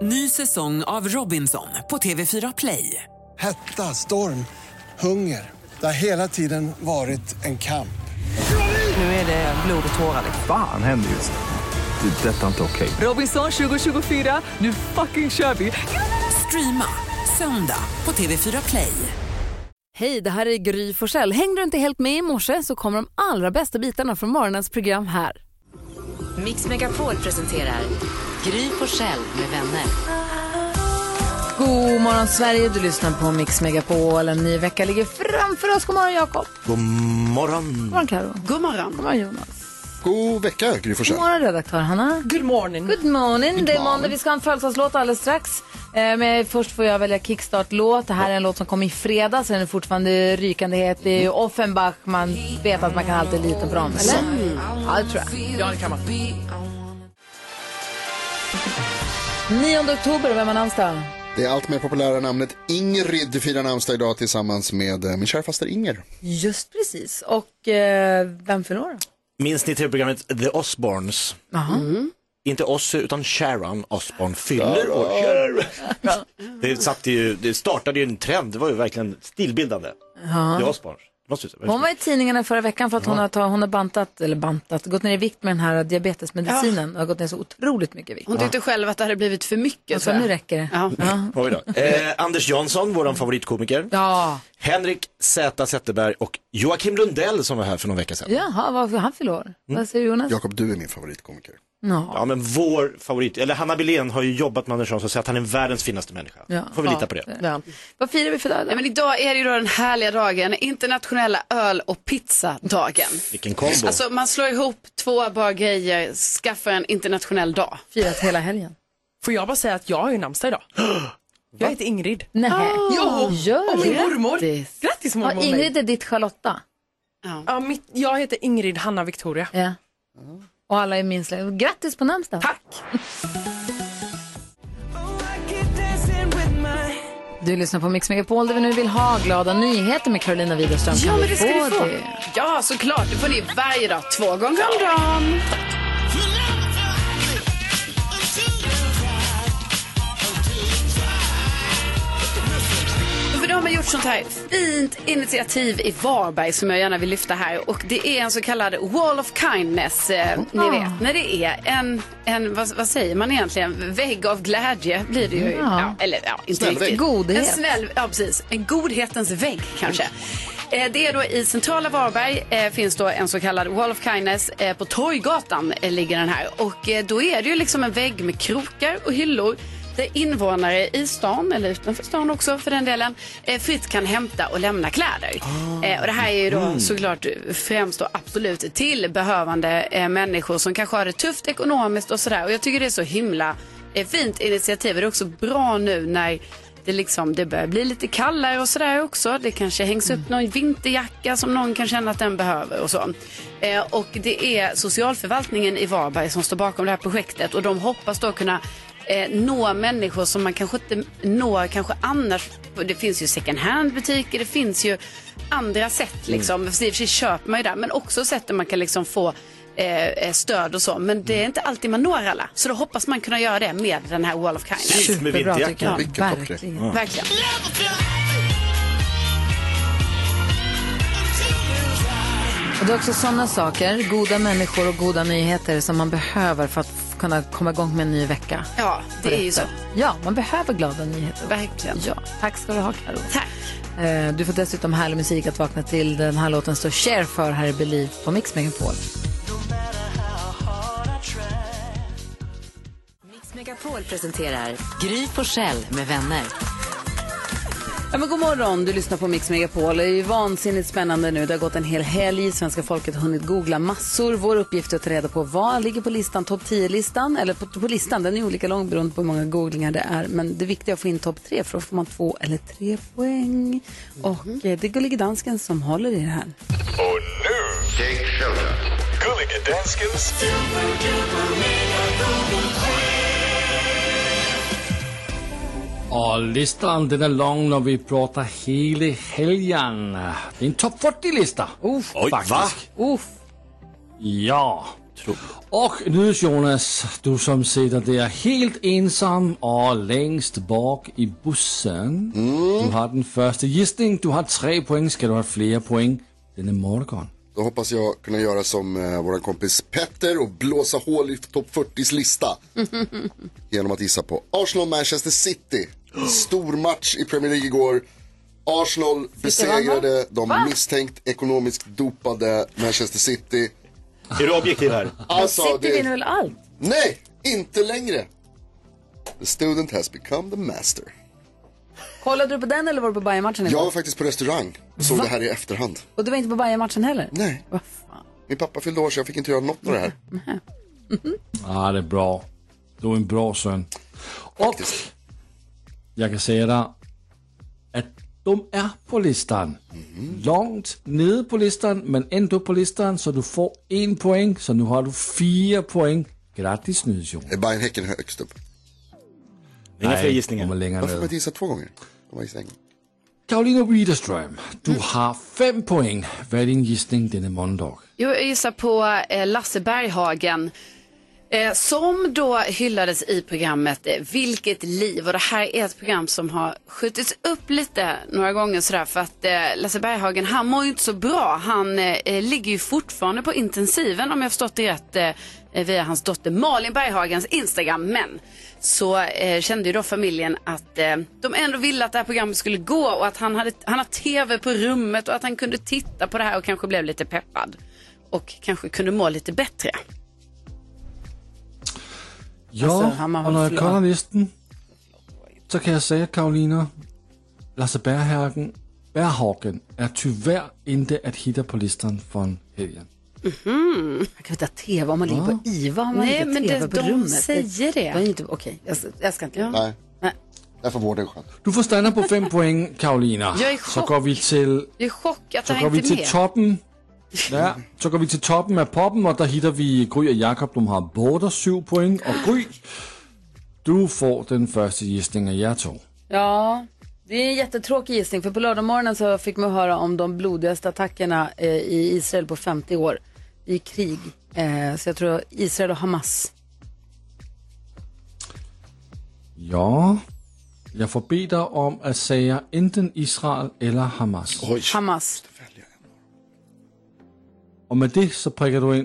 Ny säsong av Robinson på TV4 Play. Hetta, storm, hunger. Det har hela tiden varit en kamp. Nu är det blod och tårar. Fan händer just nu. Det. Detta är inte okej. Robinson 2024, nu fucking kör vi. Streama söndag på TV4 Play. Hej, det här är Gry Forssell. Hängde du inte helt med i morse så kommer de allra bästa bitarna från morgonens program här. Mix Megapol presenterar Gry Forssell med vänner. God morgon Sverige, du lyssnar på Mix Megapol. En ny vecka ligger framför oss. God morgon Jakob. God morgon. God morgon Karo. God morgon. God morgon Jonas. God vecka, Gry Forssell. God morgon redaktör Hanna. Good morning. Good morning. Det är måndag, vi ska ha en födelsedagslåt alldeles strax. Men först får jag välja kickstart-låt. Det här är en låt som kom i fredags. Den är fortfarande rykande het. Det är ju Offenbach. Man vet att man kan alltid lita på dem, eller? Ja, det tror jag. Ja, det kan man. 9 oktober, vem har namnsdag? Det är allt mer populära namnet Ingrid firar namnsdag idag tillsammans med min kära faster Inger. Just precis. Och vem förlorar? Minns ni tv-programmet The Osbournes? Inte Ozzy utan Sharon Osbourne fyller år. Det startade ju en trend. Det var ju verkligen stilbildande. The Osbournes. Hon var i tidningarna förra veckan för att hon har bantat, gått ner i vikt med den här diabetesmedicinen. Har gått ner så otroligt mycket vikt. Hon tyckte själv att det hade blivit för mycket. Så nu räcker det. Anders Jansson, våran favoritkomiker. Ja. Henrik Z. Zetterberg och Joakim Lundell som var här för någon vecka sedan. Jaha, vad han fyller år? Vad säger Jonas? Jakob, du är min favoritkomiker. Ja, men vår favorit, eller Hanna Billén har ju jobbat med Anders Jansson och sagt att han är världens finaste människa. Får vi lita på det. Ja. Vad firar vi för dag? Ja, men idag är det ju då den härliga dagen, internationella öl- och pizzadagen. Vilken kombo. Alltså man slår ihop två bra grejer, skaffar en internationell dag. Firat hela helgen. Får jag bara säga att jag har ju namnsdag idag. Jag heter Ingrid. Nej. Och min mormor. Grattis mormor. Ja, Ingrid är ditt Charlotta. Ja, jag heter Ingrid Hanna Victoria. Ja. Och alla är minst. Grattis på namnsdag. Tack. Du lyssnar på Mix Megapol där vi nu vill ha glada nyheter med Carolina Widerström. Ja, men det ska vi du få. Ja, såklart. Det får ni varje dag, 2 gånger om dagen. För då har man gjort sånt här fint initiativ i Varberg som jag gärna vill lyfta här. Och det är en så kallad Wall of Kindness, ni vet. När det är en vad säger man egentligen? Vägg av glädje blir det ju. Ja, eller inte riktigt. Godhet. Ja, precis. En godhetens vägg kanske. Det är då i centrala Varberg finns då en så kallad Wall of Kindness. På Torggatan ligger den här. Och då är det ju liksom en vägg med krokar och hyllor. Där invånare i stan, eller utanför stan också för den delen, fritt kan hämta och lämna kläder. Och det här är ju då såklart främst då absolut till behövande människor som kanske har det tufft ekonomiskt och sådär. Och jag tycker det är så himla fint initiativ. Det är också bra nu när det börjar bli lite kallare och sådär också. Det kanske hängs upp någon vinterjacka som någon kan känna att den behöver och så. Och det är socialförvaltningen i Varberg som står bakom det här projektet. Och de hoppas då kunna nå människor som man kanske inte når kanske annars. Det finns ju second hand butiker, det finns ju andra sätt liksom. För sig köper man ju där, men också sätt där man kan liksom få stöd och så. Men det är inte alltid man når alla. Så då hoppas man kunna göra det med den här Wall of Kindness. Superbra tycker jag. Verkligen. Verkligen. Och det är också sådana saker, goda människor och goda nyheter som man behöver för att kunna komma igång med en ny vecka. Ja, det är ju så. Ja, man behöver glada nyheter. Verkligen. Ja, tack ska du ha, Karo. Tack. Du får dessutom härlig musik att vakna till. Den här låten står Cher för här i Believe på Mix Megapol. Mix Megapol presenterar Gry Forssell med vänner. Ja, men god morgon, du lyssnar på Mix Megapol. Det är ju vansinnigt spännande nu. Det har gått en hel helg. Svenska folket har hunnit googla massor. Vår uppgift är att ta reda på vad ligger på listan, topp 10-listan. Eller på listan, den är olika lång beroende på hur många googlingar det är. Men det viktiga är att få in topp 3 för då får man 2 eller 3 poäng. Och det är Gullige Dansken som håller i det här. Och nu, Take Shelter. Gullige Danskens Och listan den är lång när vi pratar hela helgen. Det är en topp 40-lista. Oj, va? Ja, Och nu Jonas, du som sitter där helt ensam och längst bak i bussen. Du har den första gissning, du har 3 poäng, ska du ha fler poäng denna morgon? Då hoppas jag kunna göra som vår kompis Petter och blåsa hål i topp 40s lista. Genom att gissa på Arsenal-Manchester City. Stor match i Premier League igår. Arsenal besegrade de misstänkt ekonomiskt dopade Manchester City. Är du objektiv här? Alltså, City vinner väl allt? Nej, inte längre. The student has become the master. Kollade du på den eller var du på Bayern-matchen igår? Jag var faktiskt på restaurang och såg det här i efterhand. Och du var inte på Bayern-matchen heller? Nej. Vad fan? Min pappa fyllde år så jag fick inte göra något av det här. Ja, det är bra. Du är en bra son. Och jag kan säga dig att de är på listan. Långt nere på listan, men ändå på listan, så du får 1 poäng. Så nu har du 4 poäng. Grattis Nysjon. Är Bayern Häcken högst upp? Inga fler gissningar. Varför har man inte gissat 2 gånger? De var i sängen. Karolina Widerström, du har 5 poäng. Vad är din gissning denna måndag? Jag gissar på Lasse Berghagen. Som då hyllades i programmet Vilket liv. Och det här är ett program som har skjutits upp lite några gånger sådär. För att Lasse Berghagen, han mår ju inte så bra. Han ligger ju fortfarande på intensiven, om jag förstått det rätt, via hans dotter Malin Berghagens Instagram. Men så kände ju då familjen att de ändå ville att det här programmet skulle gå. Och att han har tv på rummet och att han kunde titta på det här och kanske blev lite peppad. Och kanske kunde må lite bättre. Ja, Alltså, och när jag kollar listan så kan jag säga, Karolina, Lasse Berghagen är tyvärr inte att hitta på listan från helgen. Man kan inte ha tv om man ligger på IVA. Har man Nej, inte men tv på de rummet. säger det. är inte, okej, jag ska inte. Nej. Därför var det skönt. Du får stanna på 5 poäng, Karolina. Jag är Så går vi till... Jag är chockad att Så det går här vi inte är till med. toppen. Ja, så går vi till toppen av poppen och där hittar vi Gry och Jakob. De har båda 7 poäng. Och Gry, du får den första gissningen av jer 2. Ja, det är en jättetråkig gissning. För på lördagmorgonen så fick man höra om de blodigaste attackerna i Israel på 50 år. I krig. Så jag tror Israel och Hamas. Ja, jag får be dig om att säga enten Israel eller Hamas. Hamas. Och med det så prickar du in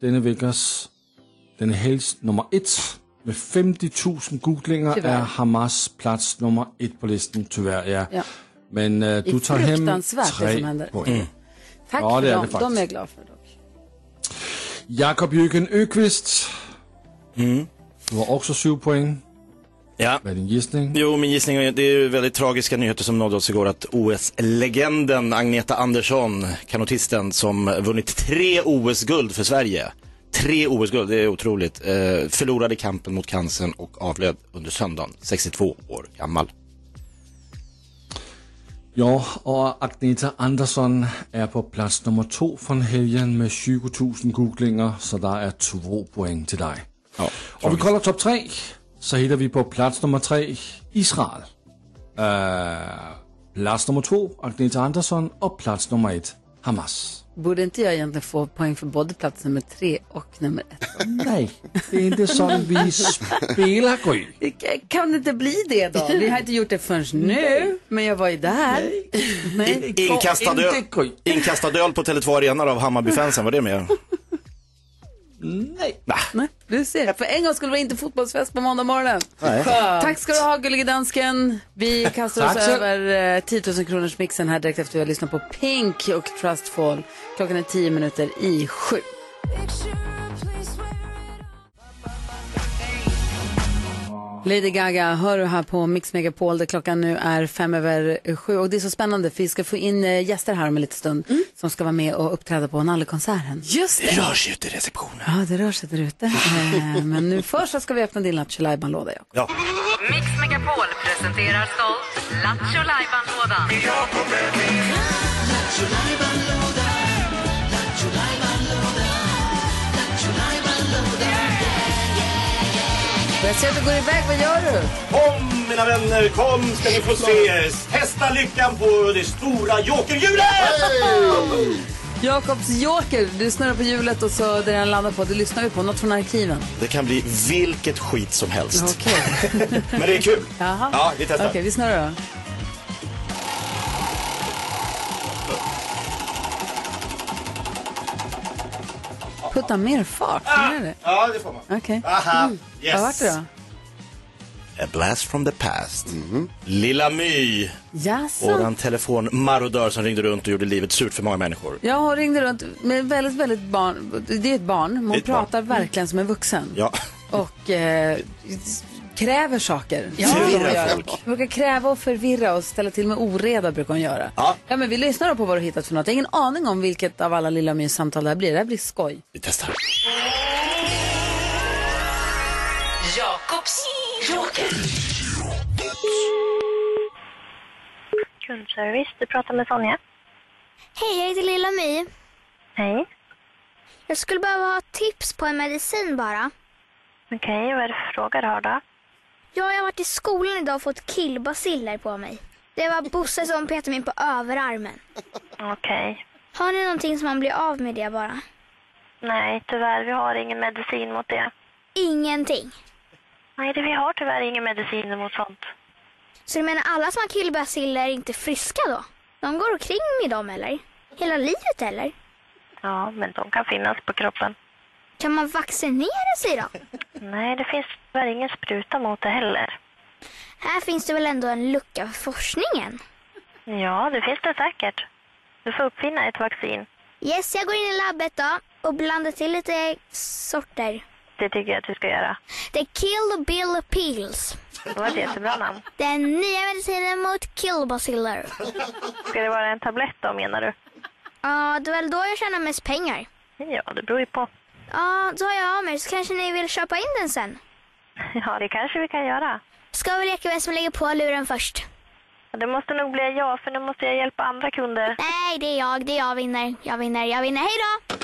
denna helgs nummer 1. Med 50 000 googlingar Tyvärr. är Hamas plats nummer 1 på listan, tyvärr. Ja. Men du tar hem fruktansvärt det som 3 händer. poäng. Tack Ja, för det är dem. det faktiskt. De är jag glad för dock. Jakob Jürgen Öqvist. Du har också 7 poäng. Ja. Vad är din gissning? Jo, min gissning är, det är ju väldigt tragiska nyheter som nådde oss igår, att OS-legenden Agneta Andersson, kanotisten som vunnit 3 OS-guld för Sverige. 3 OS-guld, det är otroligt. Förlorade kampen mot cancern och avled under söndagen, 62 år gammal. Ja, och Agneta Andersson är på plats nummer 2 från helgen med 20 000 googlingar, så där är 2 poäng till dig. Ja, och vi kollar topp 3, så hittar vi på plats nummer 3 Israel. Plats nummer 2 Agneta Andersson och plats nummer 1 Hamas. Borde inte jag egentligen få poäng för både plats nummer 3 och nummer 1? Nej, det är inte så vi spelar, Gry. Kan det inte bli det då? Vi har inte gjort det förrän nu, men jag var ju där. Nej. Inkastad öl på Tele2 Arena av Hammarby-fansen, var det med? Nej. Nej, du ser. För en gång skulle det inte fotbollsfest på måndag morgonen. Tack ska du ha, gullige dansken. Vi kastar oss över 10 000 kronors mixen här direkt efter vi har lyssnat på Pink och Trustfall. Klockan är 10 minuter i 7. Lady Gaga hör du här på Mix Megapol där klockan nu är 5:05 och det är så spännande för vi ska få in gäster här om en liten stund som ska vara med och uppträda på Nallekonserten. Just det. Det rör sig ute i receptionen. Ja, det rör sig där ute. Men nu först så ska vi öppna din Lattjo Lajban-låda. Ja. Mix Megapol presenterar stolt Lattjo Lajban-lådan. Jag ser att du går iväg, vad gör du? Kom mina vänner, kom ska ni få se. Testa lyckan på det stora jokerhjulet! Jakobs joker, du snurrar på hjulet och så där den landar på, det lyssnar vi på, något från arkiven. Det kan bli vilket skit som helst. Okej. Men det är kul. Jaha. Ja, vi testar. Okej, vi snurrar då. Putta mer fart, är det? Ja, det får man. Okej. Aha, Vad var det då? A blast from the past. Lilla My. Jaså? Våran telefonmarodör som ringde runt och gjorde livet surt för många människor. Jag ringde runt med väldigt barn. Det är ett barn. Man pratar verkligen som en vuxen. Ja. Och kräver saker. Förvirra folk. Hon brukar kräva och förvirra och ställa till med oreda brukar hon göra. Ja. Ja, men vi lyssnar då på vad du hittat för något. Jag har ingen aning om vilket av alla Lilla Mys samtal det här blir. Det här blir skoj. Vi testar. Jakobs joker. Kundservice, du pratar med Sonja. Hej, jag heter Lilla My. Hej. Jag skulle behöva ha tips på en medicin bara. Okej, vad är det för fråga du har då? Jag har varit i skolan idag och fått killbaciller på mig. Det var Bosse som petade mig på överarmen. Okej. Har ni någonting som man blir av med det bara? Nej, tyvärr, vi har ingen medicin mot det. Ingenting? Nej, vi har tyvärr ingen medicin mot sånt. Så du menar alla som har killbaciller är inte friska då? De går omkring med dem eller? Hela livet eller? Ja, men de kan finnas på kroppen. Kan man vaccinera sig då? Nej, det finns tyvärr ingen spruta mot det heller. Här finns det väl ändå en lucka för forskningen? Ja, det finns det säkert. Du får uppfinna ett vaccin. Yes, jag går in i labbet då och blandar till lite sorter. Det tycker jag att du ska göra. Det är Kill Bill Pills. Det var ett jättebra namn. Den nya medicinen mot killbaciller. Ska det vara en tablett då, menar du? Ja, det är väl då jag tjänar mest pengar. Ja, det beror ju på. Ja, då har jag av mig, så kanske ni vill köpa in den sen. Ja, det kanske vi kan göra. Ska vi leka vem som lägger på luren först? Det måste nog bli jag, för nu måste jag hjälpa andra kunder. Nej, det är jag vinner. Jag vinner. Hej då!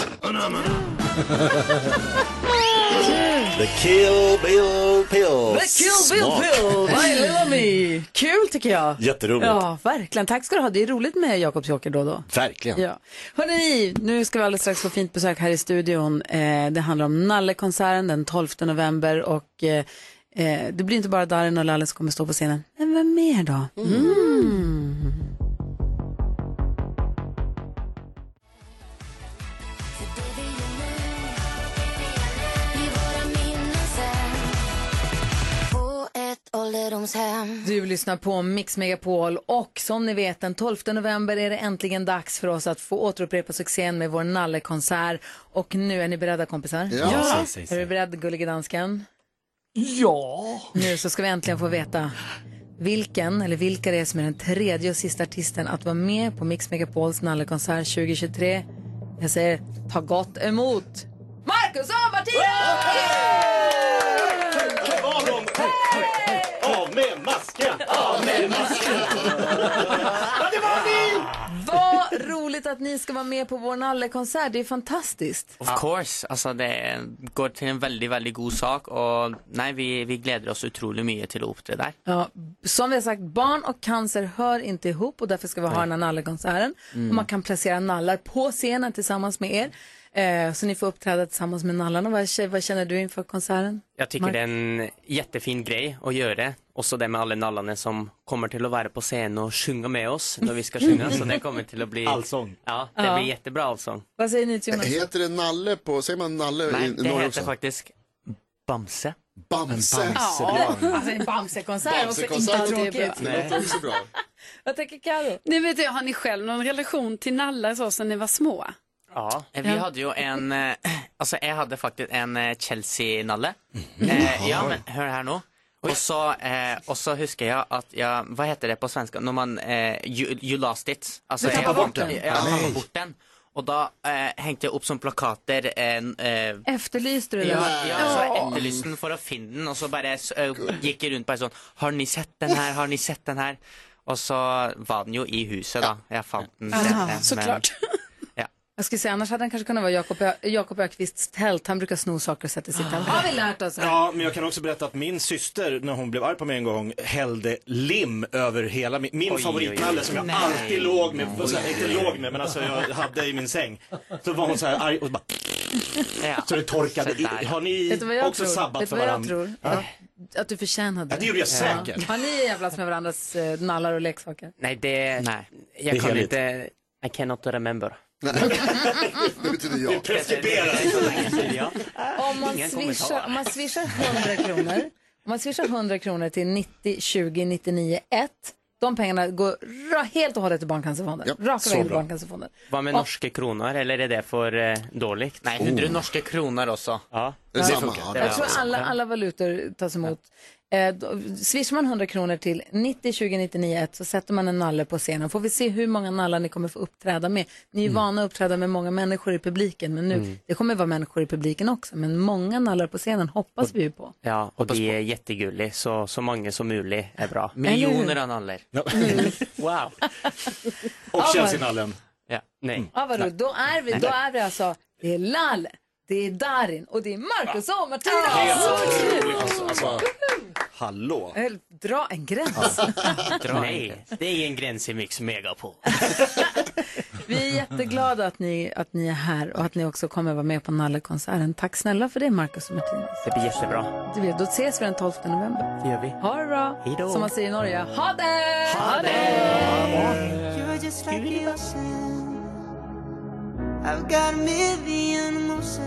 The Kill Bill Pills. The Kill Bill Pills. Vad är Lilla My? Kul tycker jag. Jätteroligt. Ja, verkligen. Tack ska du ha. Det är roligt med Jakobs joker då och då. Verkligen. Ja. Hörrni, nu ska vi alldeles strax få fint besök här i studion. Det handlar om Nalle-konserten den 12 november och det blir inte bara Darin och Lalle som kommer stå på scenen. Men vem mer då? Du lyssnar på Mix Megapol och som ni vet den 12 november är det äntligen dags för oss att få återupprepa succén med vår Nalle-konsert. Och nu är ni beredda kompisar? Ja. Är du beredd, gullige dansken? Ja. Nu så ska vi äntligen få veta vilken eller vilka det är som är den tredje och sista artisten att vara med på Mix Megapols Nalle-konsert 2023. Jag säger ta gott emot Marcus och Martina! Av med masken! Av med masken! Det var vi! Vad roligt att ni ska vara med på vår Nalle-konsert. Det är fantastiskt. Of course. Alltså det går till en väldigt god sak och nej, vi gläder oss otroligt mycket till att uppträda där. Ja, som vi har sagt, barn och cancer hör inte ihop och därför ska vi ha den här Nalle-konserten. Och man kan placera nallar på scenen tillsammans med er. Så ni får uppträda tillsammans med nallarna. Vad känner du inför konserten? Jag tycker det är en jättefin grej att göra. Också det med alla nallarna som kommer till att vara på scen och sjunga med oss när vi ska sjunga. Så det kommer till att bli allsång. Ja, det blir jättebra allsång. Vad säger ni till Jonas? Heter det Nalle på, säger man Nalle Nej, i det Norge heter också? faktiskt Bamse. Bamse. Ja, alltså en Bamse-konsert också inte alltid tråkigt. Det låter också bra. Vad tänker Karo? Ni vet jag, har ni själv någon relation till nallar så som ni var små? Ja, vi hade ju en, alltså jag hade faktiskt en Chelsea-nalle. Ja, men hör här nu. Och så huskar jag att vad heter det på svenska? När man, you lost it. Alltså, du tappade bort den? Jag tappade bort den. Och då hängde jag upp som plakater. Efterlyste du den? Ja, så efterlyste den för att finna den. Och så bara gick jag runt på en sån, har ni sett den här? Har ni sett den här? Och så var den ju i huset då. Jag fann den. Såklart. Jag skulle säga, annars hade han kanske kunnat vara Jakob Ökvists tält. Han brukar sno saker och sätta i sitt tält. Har vi lärt oss? Ja, men jag kan också berätta att min syster, när hon blev arg på mig en gång, hällde lim över hela min favoritnalle som jag alltid låg med. Inte låg med, men alltså jag hade i min säng. Så var hon så här arg och bara... Så det torkade. Har ni också sabbat för varandra? Vet du vad jag tror? Att du förtjänade det. Det gjorde jag säkert. Har ni jävlas med varandras nallar och leksaker? Nej, jag kan inte... I cannot remember. Det betyder jag. Det preskriberar. Om man swishar 100 kronor. Om man swishar 100 kronor till 90 20 99 1. De pengarna går helt och hållet till Barncancerfonden. Raka vägen till Barncancerfonden. Vad med norska kronor, eller är det för dåligt? Nej, 100 norska kronor också. Ja, det är samma. Jag tror alla valutor tas emot. Swishar man 100 kronor till 90 20 99 1 så sätter man en nalle på scenen. Får vi se hur många nallar ni kommer få uppträda med. Ni är vana att uppträda med många människor i publiken, men nu, det kommer vara människor i publiken också. Men många nallar på scenen hoppas vi ju på. Ja, och det är jättegulligt. Så många som möjligt är bra. Miljoner av nallar. Wow. Och Chelsea-nallen. Ja, nej. Ja, vadå? Då är vi alltså, det är Lalle, det är Darin och det är Marcus och Martina. Alltså, hallå. Dra en gräns. Nej, det är ingen gräns i Mix Megapol. Vi är jätteglada att ni är här och att ni också kommer vara med på Nalle-konserten. Tack snälla för det, Marcus och Martina. Det blir jättebra. Då ses vi den 12 november. Det gör vi. Ha det bra. Hejdå. Som man säger i Norge. Ha det! Ha det! You're just like the ocean. I've got a million emotions.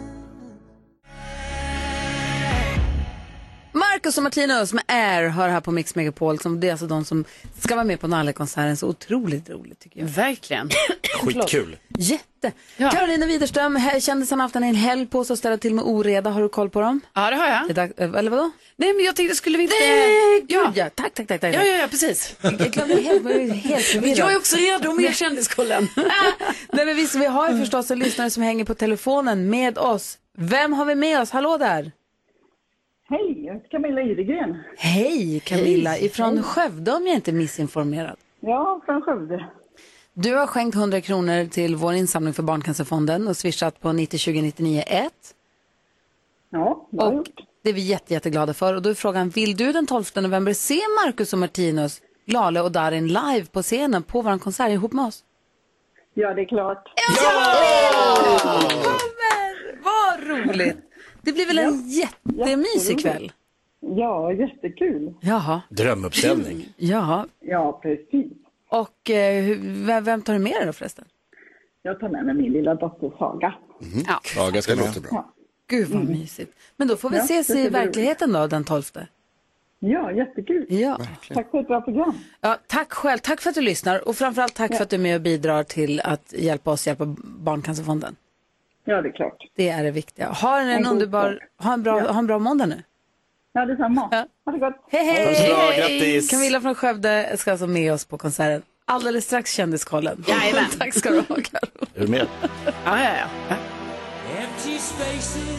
Marcus och Martinus med Air hör här på Mix Megapol. Det är alltså de som ska vara med på Nalle-konserten. Så otroligt roligt tycker jag. Verkligen. Skitkul. Jätte. Ja. Karolina Widerström, kändisen har haft en hel på sig att ställa till med oreda. Har du koll på dem? Ja, det har jag. Eller vadå? Nej, men jag tänkte skulle vi inte... Ja. Tack. Ja, precis. Jag glömde helt förvirrad. Jag är också redo med kändiskollen. Nej, men visst, vi har ju förstås en lyssnare som hänger på telefonen med oss. Vem har vi med oss? Hallå där. Hej, Camilla Idegren. Hej Camilla, ifrån Skövde om jag inte är missinformerad. Ja, från Skövde. Du har skänkt 100 kronor till vår insamling för Barncancerfonden och swishat på 90 20 99 1. Ja, det har jag gjort. Det är vi jätteglada för. Och då är frågan, vill du den 12 november se Marcus och Martinus, Lale och Darin live på scenen på vår konsert ihop med oss? Ja, det är klart. Ja! Vad roligt! Det blir väl en jättemysig kväll? Ja, jättekul. Jaha. Drömuppställning. Jaha. Ja, precis. Och vem tar du med dig då förresten? Jag tar med mig min lilla dotter Saga. Ja, Saga ska låta bra. Ja. Gud vad mysigt. Men då får vi ses i verkligheten då den 12. Ja, jättekul. Ja. Tack för ett bra program. Ja, tack själv. Tack för att du lyssnar. Och framförallt tack för att du är med och bidrar till att hjälpa Barncancerfonden. Ja, det är klart. Det är det viktiga. Ha en bra måndag nu. Ja, detsamma. Ja. Ha det gott. Hej! Grattis! Camilla från Skövde ska alltså med oss på konserten. Alldeles strax kändiskollen. Jajamän. Tack ska du ha, Karo. Är du med? Ja. Empty spaces.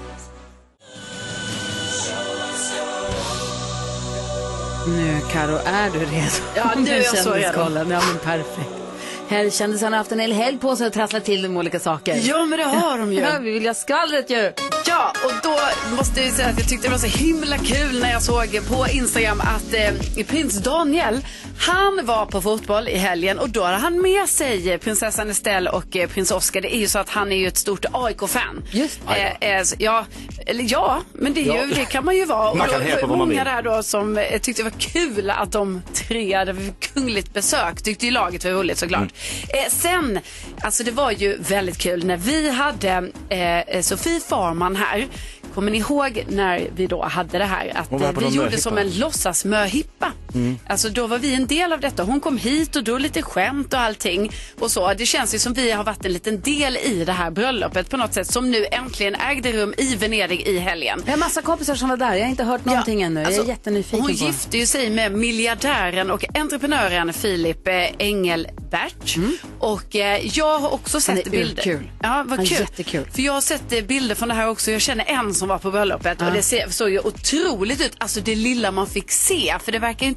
Nu, Karo, är du redo? Ja, nu är jag så redo. Ja, men perfekt. Här kändisarna har haft en hel helg på sig att trassla till dem olika saker. Ja, men det har de ju. Ja, vi vill ha skvallret ju. Ja, och då måste jag säga att jag tyckte det var så himla kul när jag såg på Instagram att prins Daniel, han var på fotboll i helgen och då hade han med sig prinsessan Estelle och prins Oscar. Det är ju så att han är ju ett stort AIK-fan. Just men det är ju, det kan man ju vara. Man kan och många där då som tyckte det var kul att de tre hade kungligt besök. Tyckte ju laget var roligt såklart. Sen, alltså det var ju väldigt kul när vi hade Sofie Farman här. Kommer ni ihåg när vi då hade det här att vi gjorde som en låtsasmöhippa? Alltså då var vi en del av detta. Hon kom hit och då lite skämt och allting och så. Det känns ju som vi har varit en liten del i det här bröllopet på något sätt som nu äntligen ägde rum i Venedig i helgen. Jag har massa kompisar som var där. Jag har inte hört någonting ännu. Jag är jättenyfiken hon gifte ju sig med miljardären och entreprenören Filip Engelbert. Och jag har också sett bilder. Kul. Ja, vad kul. Jättekul. För jag har sett bilder från det här också. Jag känner en som var på bröllopet och det såg ju otroligt ut. Alltså det lilla man fick se. För det verkar ju inte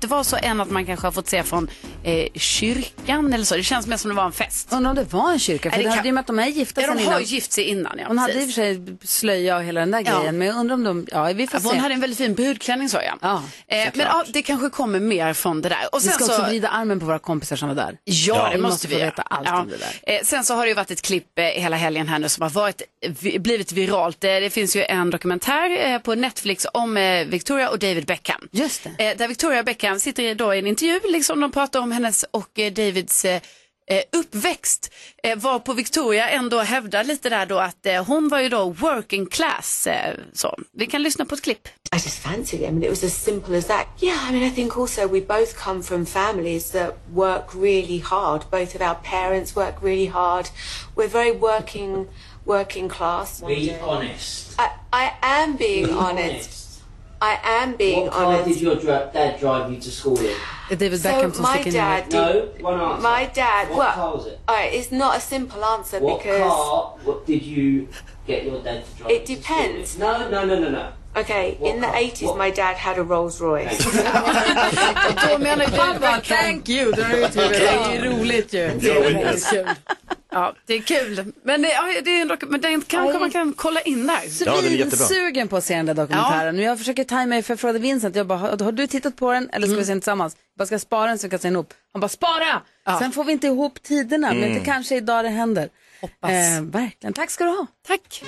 inte vara så än att man kanske har fått se från kyrkan eller så. Det känns mer som det var en fest. Undrar om det var en kyrka, för det hade ju med att de är gifta sedan innan. De har gift sig innan, ja. Hon hade i och för sig slöja och hela den där grejen, men jag undrar om de, vi får se. Hon hade en väldigt fin brudklänning, så ja. Men det kanske kommer mer från det där. Och sen vi ska också vrida armen på våra kompisar som var där. Ja, det måste vi veta allt om det där. Sen så har det ju varit ett klipp hela helgen här nu som har blivit viralt. Det finns ju en dokumentär på Netflix om Victoria och David Beckham. Just det. Där Victoria Beckham sitter då i en intervju, liksom de pratar om hennes och Davids uppväxt, var på Victoria ändå hävdar lite där då att hon var ju då working class, så vi kan lyssna på ett klipp. I just fancied it. I mean, it was as simple as that. Yeah, I mean, I think also we both come from families that work really hard. Both of our parents work really hard. We're very working class. Be honest. I am being honest. I am being honest. What car did your dad drive you to school in? David Beckham so my dad did, No, one answer. My dad. What car was it? Alright, it's not a simple answer what because. What did you get your dad to drive? It depends. No. Okay, in the 80s my dad had a Rolls Royce. Då menar jag bara thank you. Det är ju roligt ju. Det är kul. Ja, det är kul. Men det är men den kanske man kan kolla in där. Ja, det är jättebra. Sugen på att se den där dokumentären. Jag försöker tajma mig för fråga Vincent. Jag bara, har du tittat på den eller ska vi se den tillsammans? Jag bara ska spara den så vi kan se den ihop. Han bara, spara! Ja. Sen får vi inte ihop tiderna, men det kanske idag det händer. Hoppas. Verkligen. Tack ska du ha. Tack.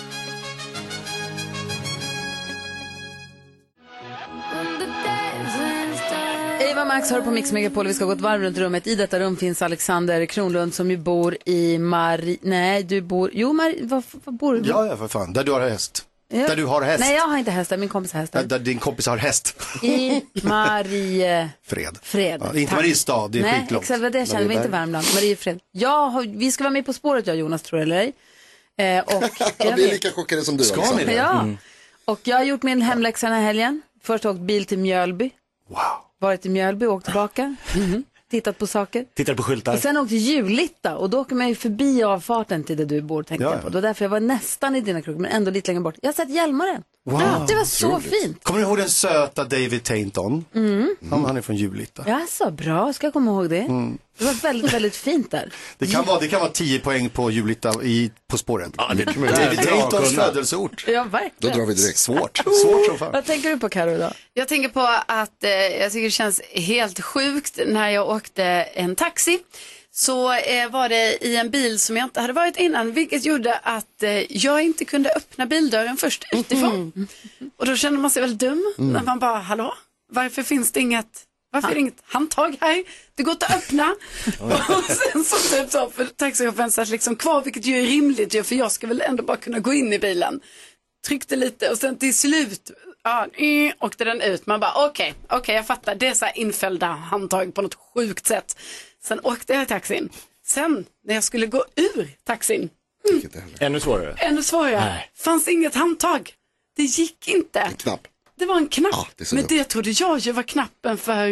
Eva Max hör på Mix Megapol. Vi ska gå ett varv runt rummet. I detta rum finns Alexander Kronlund som ju bor i Nej, du bor... var bor du? Ja, för fan. Där du har häst. Ja. Där du har häst. Nej, jag har inte häst. Min kompis har häst. Där din kompis har häst. I Mariefred. Ja, inte Mariestad, det är skitlångt. Nej, exakt vad det känner vi, inte Värmland. Mariefred. Vi ska vara med På spåret, jag och Jonas, tror eller ej. Och vi är lika chockade som du. Ska ni det? Ja. Och jag har gjort min hemläxa den här helgen. Först åkt bil till Mjölby. Wow. Varit i Mjölby och åkt tillbaka. Tittat på saker. Tittat på skyltar. Och sen åkte Julita. Och då åker man ju förbi avfarten till där du bor, tänkte jag på. Det var därför jag var nästan i dina krokar, men ändå lite längre bort. Jag har sett Hjälmaren. Wow, ja, det var så fint. Kommer du ihåg den söta David Tainton? Han är från Julita. Ja, så bra. Ska jag komma ihåg det? Det var väldigt, väldigt fint där. Det kan vara 10 poäng på Julita På spåret. Ja, det kan David Taintons födelseort. Ja, verkligen. Då drar vi direkt. Svårt som fan. Vad tänker du på, Karo, idag? Jag tänker på att jag tycker det känns helt sjukt när jag åkte en taxi. Så var det i en bil som jag inte hade varit innan, vilket gjorde att jag inte kunde öppna bildörren först utifrån. Och då kände man sig väldigt dum när man bara, hallå, varför finns det inget handtag här? Det går inte att öppna. Och sen så typ så, för taxichauffören satt liksom kvar, vilket ju är rimligt, för jag ska väl ändå bara kunna gå in i bilen. Tryckte lite och sen till slut åkte den ut. Man bara, okej, jag fattar. Det är så här infällda handtag på något sjukt sätt. Sen åkte jag i taxin. Sen när jag skulle gå ur taxin. Ännu svårare. Ännu svårare. Nej. Fanns inget handtag. Det gick inte. En knapp. Det var en knapp. Ja, men det trodde jag ju var knappen för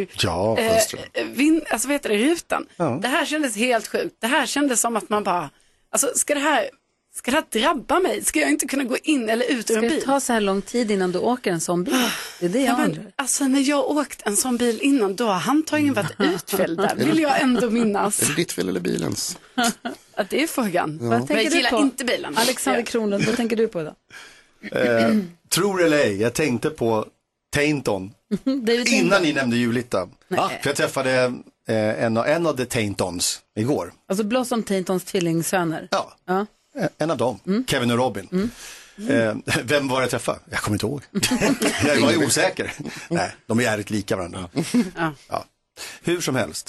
alltså, vet du, rutan. Ja. Det här kändes helt sjukt. Det här kändes som att man bara, alltså ska det här drabba mig? Ska jag inte kunna gå in eller ut ur en bil? Ska det ta så här lång tid innan du åker en sån bil? Det är det jag undrar. Alltså när jag åkt en sån bil innan, då har handtagen varit utfällda. Vill jag ändå minnas. Är det ditt fel eller bilens? Ja, det är frågan. Ja. Vad tänker jag gillar du på? Inte bilen. Alexander Kronlund, vad tänker du på idag? Tror eller ej, jag tänkte på Tainton. Innan ni nämnde Julita. För jag träffade en av the Taintons igår. Alltså Blossom Taintons tvillingsöner. Ja. En av dem, Kevin och Robin. Vem var jag träffade? Jag kommer inte ihåg. Jag var ju osäker. Nej, de är jävligt lika varandra. Ja. Hur som helst.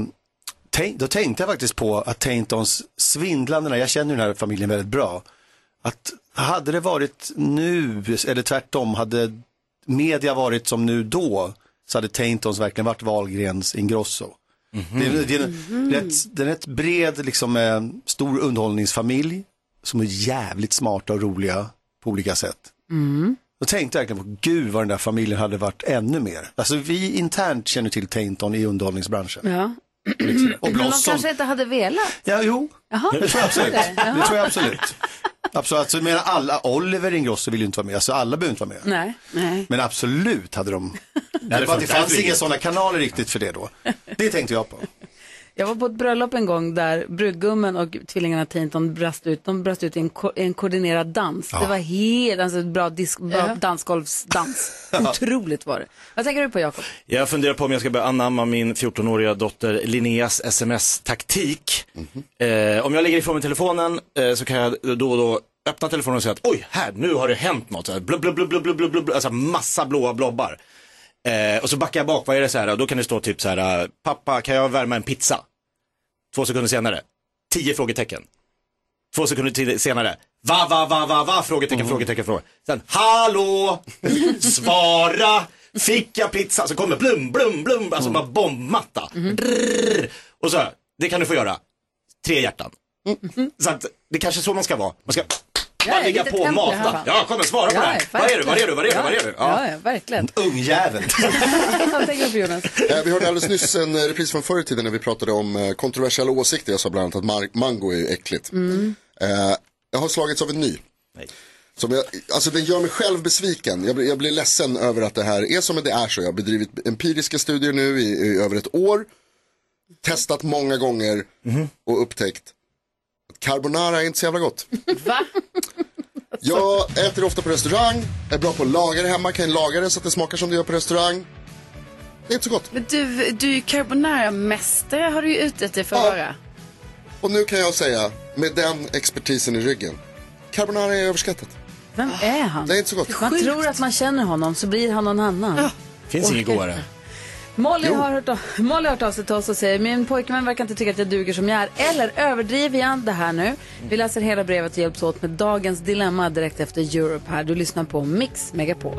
Då tänkte jag faktiskt på att Taintons svindlande, jag känner den här familjen väldigt bra. Att hade det varit nu, eller tvärtom, hade media varit som nu då, så hade Taintons verkligen varit Wahlgrens Ingrosso. Det är ett bred, liksom, stor underhållningsfamilj som är jävligt smarta och roliga på olika sätt. Då tänkte jag verkligen på, gud vad den där familjen hade varit ännu mer. Alltså vi internt känner till Tainton i underhållningsbranschen. Ja. Och men de kanske inte hade velat. Ja, jo. Jaha. Det tror jag absolut. Det tror jag absolut. Absolut, alltså, men alla, Oliver Ingrosso vill ju inte vara med, alltså alla behöver inte vara med. Nej. Men absolut hade de, det fanns inga sådana kanaler riktigt för det då. Det tänkte jag på. Jag var på ett bröllop en gång där brudgummen och tvillingarna Tainton brast ut i en koordinerad dans. Det var helt bra dansgolvsdans. Otroligt var det. Vad tänker du på, Jakob? Jag funderar på om jag ska börja anamma min 14-åriga dotter Linneas sms-taktik. Om jag lägger ifrån mig telefonen så kan jag då och då öppna telefonen och säga att oj, här, nu har det hänt något. Alltså massa blåa blobbar. Och så backar jag bak, vad är det så här? Och då kan det stå typ så här: pappa, kan jag värma en pizza? 2 sekunder senare, 10 frågetecken. 2 sekunder senare, va? Frågetecken. Sen, hallå, svara, fick jag pizza? Så kommer blum, alltså bara bombmatta. Och så, det kan du få göra. 3 hjärtan. Så att det kanske är så man ska vara. Man ska bara ligga på och mata. Ja, kom och svara på det. Var är du? Ja, verkligen. Ungjävel. Vi hörde alldeles nyss en repris från förr i tiden när vi pratade om kontroversiella åsikter. Jag sa bland annat att mango är äckligt. Jag har slagits av en ny. Som alltså den gör mig själv besviken. Jag blir ledsen över att det här är som det är så. Jag har bedrivit empiriska studier nu i över ett år. Testat många gånger och upptäckt att carbonara är inte så jävla gott. Va? Jag äter ofta på restaurang, är bra på att laga det hemma, kan laga det så att det smakar som det gör på restaurang. Det är inte så gott. Men du är ju carbonara-mästare, har du ju utet dig för att vara. Och nu kan jag säga, med den expertisen i ryggen, carbonara är överskattat. Vem är han? Det är inte så gott. Man tror att man känner honom, så blir han någon annan. Finns inget godare. Molly har hört av sig till oss och säger: min pojkvän verkar inte tycka att jag duger som jag är. Eller överdriver jag det här nu? Vi läser hela brevet och hjälps åt med dagens dilemma direkt efter Europe här. Du lyssnar på Mix Megapol.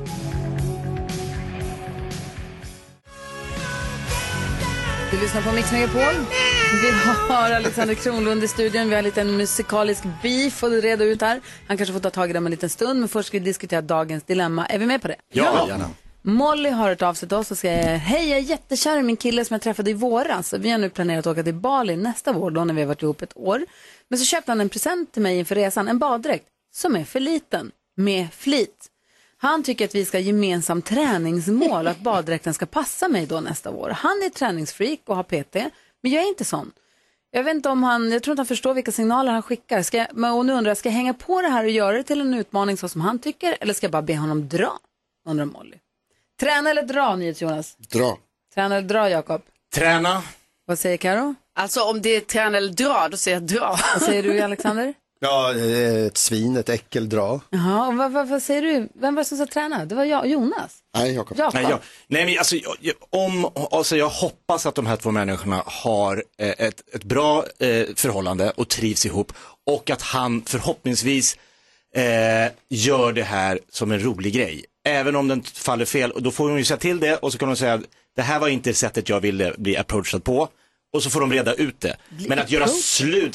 Du lyssnar på Mix Megapol. Vi har Alexander Kronlund i studion. Vi har en liten musikalisk beef och reda ut här. Han kanske får ta tag i dem en liten stund. Men först ska vi diskutera dagens dilemma. Är vi med på det? Ja, gärna. Molly har ett avsett oss och säger: hej, jag är jättekär i min kille som jag träffade i våras. Vi har nu planerat att åka till Bali nästa vår då när vi har varit ihop ett år. Men så köpte han en present till mig inför resan, en baddräkt som är för liten, med flit. Han tycker att vi ska ha gemensamt träningsmål, att baddräkten ska passa mig då nästa år. Han är träningsfreak och har PT, men jag är inte sån. Jag vet inte om jag tror inte han förstår vilka signaler han skickar. Och nu undrar jag, ska jag hänga på det här och göra det till en utmaning så som han tycker, eller ska jag bara be honom dra? Undrar Molly. Träna eller dra, Jonas? Dra. Träna eller dra, Jakob? Träna. Vad säger Karo? Alltså om det är träna eller dra, då säger jag dra. Vad säger du, Alexander? Ja, ett svin, ett äckel, dra. Jaha, och vad säger du? Vem var det som sa träna? Det var Jonas. Nej, Jakob. Nej, men alltså, jag hoppas att de här 2 människorna har ett bra förhållande och trivs ihop. Och att han förhoppningsvis gör det här som en rolig grej. Även om den faller fel, och då får de ju säga till det och så kan de säga att det här var inte sättet jag ville bli approachad på, och så får de reda ut det. Men att göra slut,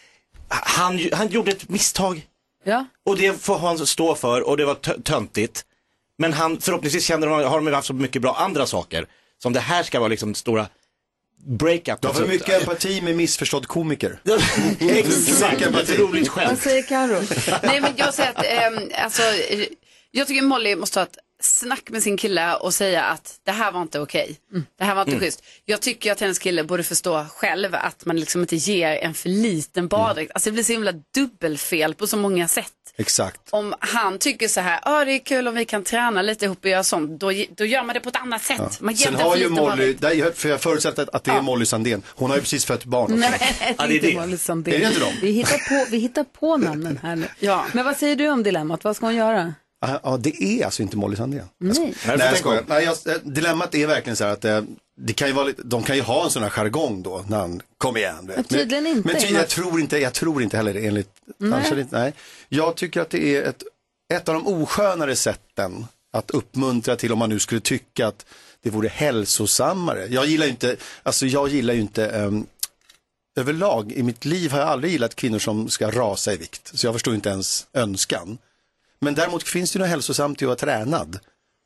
han gjorde ett misstag. Ja. Och det får han stå för, och det var töntigt. Men förhoppningsvis har de haft så mycket bra andra saker som det här ska vara liksom stora breakup. Du har för mycket empati med missförstådd komiker. Exakt, ett roligt skämt. Vad säger Karo? Nej, men jag säger att jag tycker Molly måste ha ett snack med sin kille och säga att det här var inte okej. Det här var inte schysst. Jag tycker att hennes kille borde förstå själv att man liksom inte ger en för liten baddräkt. Alltså det blir så himla dubbelfel på så många sätt. Exakt. Om han tycker så här, det är kul om vi kan träna lite ihop och göra sånt, då gör man det på ett annat sätt. Ja. Man sen har ju Molly, för jag förutsätter att det är Molly Sandén. Hon har ju precis fött barn också. Nej, men, det är det. Molly Sandén. Är det inte dem? Vi hittar på namnen här nu. Ja. Men vad säger du om dilemmat? Vad ska hon göra? Ja, det är alltså inte Molly Sandén. Nej. Jag skojar. Dilemmat är verkligen så här att det kan ju vara de kan ju ha en sån här jargong då när han kommer igen. Men tydligen inte. Men jag tror inte heller enligt nej. Jag tycker att det är ett av de oskönare sätten att uppmuntra till, om man nu skulle tycka att det vore hälsosammare. Jag gillar ju inte överlag i mitt liv har jag aldrig gillat kvinnor som ska rasa i vikt. Så jag förstår inte ens önskan. Men däremot finns det ju något hälsosamt i att vara tränad.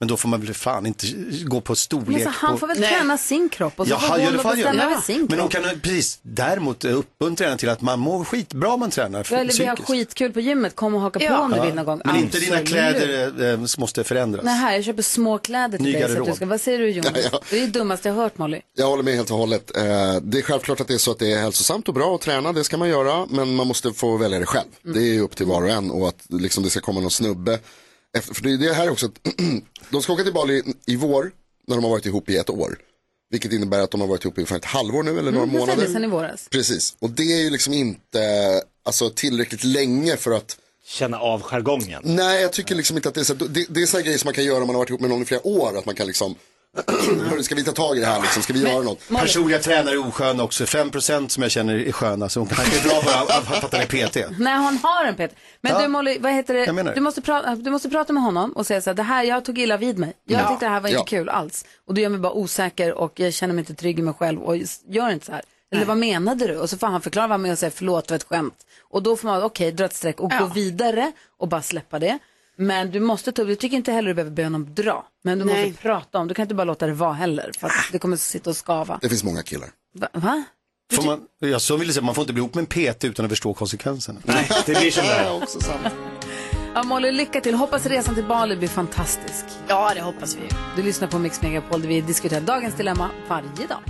Men då får man väl fan inte gå på storlek. Men så han får väl träna sin kropp och så får hon bestämma över sin kropp. Men hon kan precis däremot uppmuntra henne till att man mår skitbra om man tränar eller vi har skitkul på gymmet, kom och haka på om du vill någon gång. Men inte dina kläder måste förändras. Nej, här, jag köper små kläder till dig så att du ska, vad säger du Jonas? Det är det dummaste jag hört, Molly. Jag håller med helt och hållet. Det är självklart att det är så att det är hälsosamt och bra att träna, det ska man göra, men man måste få välja det själv. Det är ju upp till var och en, och att liksom det ska komma någon snubbe. För det här är också att de ska åka till Bali i vår när de har varit ihop i ett år. Vilket innebär att de har varit ihop i ungefär ett halvår nu eller några månader. Sen i våras. Precis, och det är ju liksom inte tillräckligt länge för att känna av jargongen. Nej, jag tycker liksom inte att det är så. Det är så här grejer som man kan göra om man har varit ihop med någon i flera år. Att man kan liksom, ska vi ta tag i det här liksom? Ska vi göra något? Personliga tränare är osköna också. 5% som jag känner är sköna. Så hon kan inte dra bara för att han är PT. Nej, hon har en PT. Men du Molly, vad heter det? Du måste prata med honom och säga så här, det här, jag tog illa vid mig. Jag tyckte det här var inte kul alls. Och du gör mig bara osäker och jag känner mig inte trygg i mig själv och gör inte så här. Eller vad menade du? Och så får han förklara vad med och säga förlåt för ett skämt. Och då får man dra ett streck och gå vidare och bara släppa det. Men du måste ta upp, du tycker inte heller du behöver be honom dra. Men du måste prata om, du kan inte bara låta det vara heller. För att det kommer att sitta och skava. Det finns många killar. Va? Får man, så vill jag säga, man får inte bli ihop med en PT utan att förstå konsekvenserna. Nej, det blir som det är. Också sant. Ja, Molly, lycka till. Hoppas resan till Bali blir fantastisk. Ja, det hoppas vi. Du lyssnar på Mix Megapol där vi diskuterar dagens dilemma varje dag.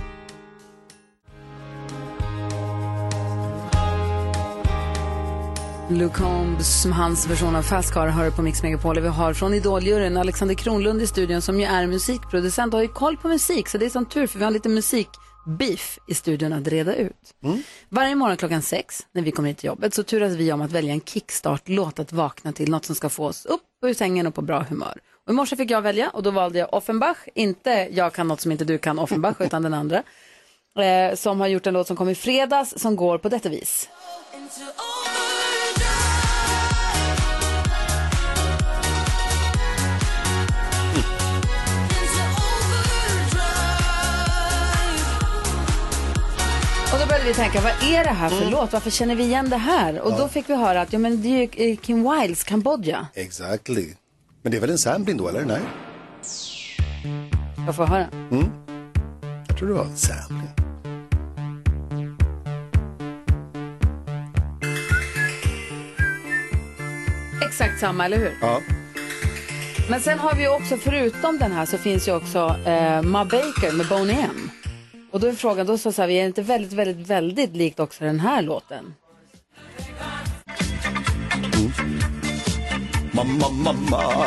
Luke Combs, hans version av Fast Car, hör på Mix Megapol. Vi har från Idoljuryn Alexander Kronlund i studion som ju är musikproducent och har ju koll på musik, så det är sån tur för vi har lite musikbeef i studion att reda ut. Varje morgon 6:00 när vi kommer hit till jobbet så turas vi om att välja en kickstart-låt att vakna till, något som ska få oss upp ur sängen och på bra humör. Och i morse fick jag välja och då valde jag Offenbach, inte jag kan något som inte du kan Offenbach utan den andra, som har gjort en låt som kom i fredags som går på detta vis. Och då började vi tänka, vad är det här för låt? Varför känner vi igen det här? Och då fick vi höra att men det är ju Kim Wildes Cambodja. Exactly. Men det är väl en sampling då, eller? Nej. Jag får höra. Jag tror det var en sampling. Exakt samma, eller hur? Ja. Men sen har vi ju också, förutom den här så finns ju också Ma Baker med Boney M. Och då är frågan, då så vi är inte väldigt, väldigt, väldigt likt också den här låten. Mamma, mamma.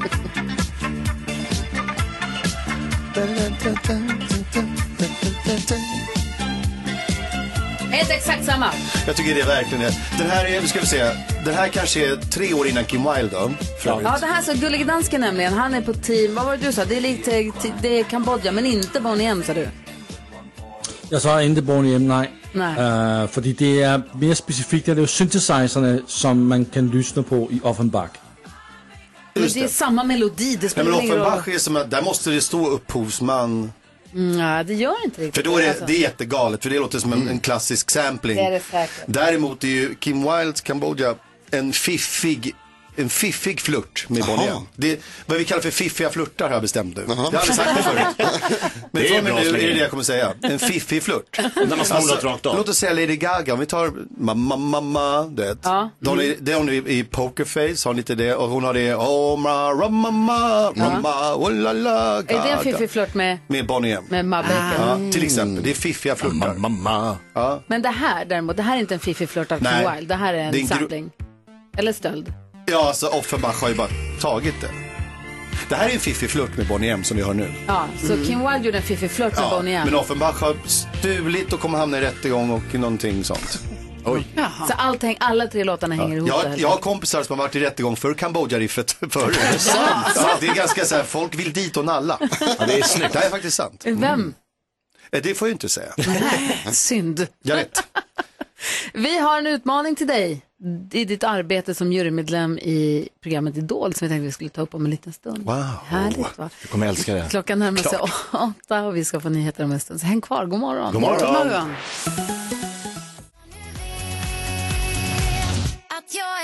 Helt exakt samma. Jag tycker det är verkligen det. Den här är, ska vi säga, den här kanske är 3 år innan Kim Wilde då. Ja, det här är så Gullige Dansken nämligen. Han är på team, vad var det du sa? Det är likt, det är Kambodja men inte Boney M, sa du. Jag sa inte Boney M, nej. För det är mer specifikt, det är ju synthesizerna som man kan lyssna på i Offenbach. Men det är samma melodi, det spelar ingen roll. Offenbach är som att där måste det stå upphovsman. Nej, det gör inte riktigt. För då är det är jättegalet, för det låter som en klassisk sampling. Det är det säkert. Däremot är ju Kim Wildes Cambodja en fiffig flört med Boney M. Det vad vi kallar för fiffiga flörtar har jag bestämt nu. Jag har aldrig sagt det förut. Men det är nu är det jag kommer säga. En fiffig flört. När man spolat rakt av. Låt oss säga Lady Gaga. Om vi tar mamma, det. Ja. Det har hon i Pokerface, har lite det. Och hon har det mamma, oh la la. Är det en fiffig flört med Boney M? Med Ma Baker. Ja, till exempel. Det är fiffiga flörtar. Mamma. Ja. Men det här däremot, det här är inte en fiffig flört av Kim Wilde. Det här är en sampling. Eller stöld. Ja, alltså Offenbach har ju bara tagit det. Det här är en fiffig flört med Boney M som vi har nu. Ja, så Kim Wilde gjorde en fiffig flört med Boney M. Men Offenbach har stulit och kommer hamna i rättegång och någonting sånt. Oj. Så alla 3 låtarna hänger ihop. Jag har kompisar som har varit i rättegång för Kambodja-riffet förut. Det är ganska så här, folk vill dit och nalla. Ja, det är snyggt. Det är faktiskt sant. Vem? Det får jag inte säga. Nej, synd. Jag vet. Vi har en utmaning till dig i ditt arbete som jurymedlem i programmet Idol som vi tänkte vi skulle ta upp om en liten stund. Wow. Härligt, va? Jag kommer älska det. Klockan närmar sig 8 och vi ska få nyheter om en stund. Så häng kvar, god morgon. God morgon. God morgon. Att jag är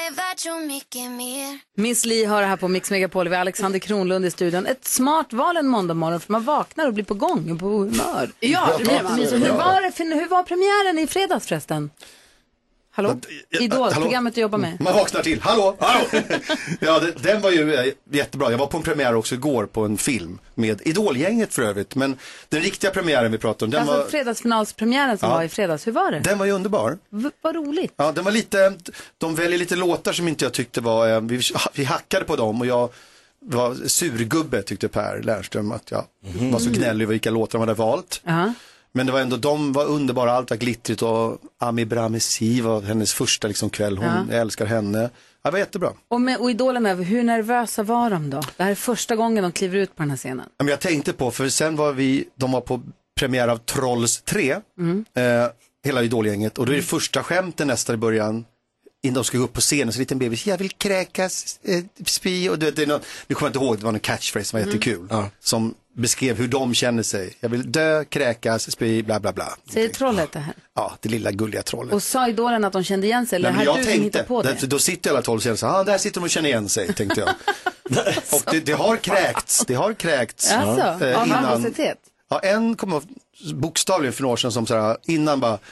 värt så mycket mer. Miss Li har det här på Mix Megapol. Vi har Alexander Kronlund i studion. Ett smart val en måndag morgon för man vaknar och blir på gång och på humör. Ja, det blir man. Hur var premiären i fredags förresten? Hallå? Idol, programmet du jobbar med. Man vaknar till. Hallå? Ja, den var ju jättebra. Jag var på en premiär också igår på en film med Idolgänget för övrigt. Men den riktiga premiären vi pratade om, den alltså var... fredagsfinalspremiären som var i fredags. Hur var det? Den var ju underbar. Vad roligt. Ja, den var lite... De väljer lite låtar som inte jag tyckte var... Vi hackade på dem och jag var surgubbe tyckte Per Lernström att jag var så gnällig över vilka låtar de hade valt. Men det var ändå, de var underbara, allt var glittrigt och Ami Bramesi var hennes första liksom kväll, jag älskar henne. Det var jättebra. Och idolerna, hur nervösa var de då? Det här är första gången de kliver ut på den här scenen. Men jag tänkte på, för sen var de var på premiär av Trolls 3, hela idolgänget, och då är det första skämten nästan i början, innan de ska gå upp på scenen, så en liten bebis, jag vill kräkas, spy, och nu kommer jag inte ihåg, det var en catchphrase som var jättekul, som beskrev hur de känner sig. Jag vill dö, kräkas, spy, bla bla bla. Säger trollet det här? Ja, det lilla gulliga trollet. Och sa idolen att de kände igen sig? Eller nej, men jag tänkte på det? Då sitter alla 12 och känner så här, där sitter de och känner igen sig, tänkte jag. Och det har kräkts. Alltså, av nervositet? Ja, en kom bokstavligen för några år sedan som så här, innan bara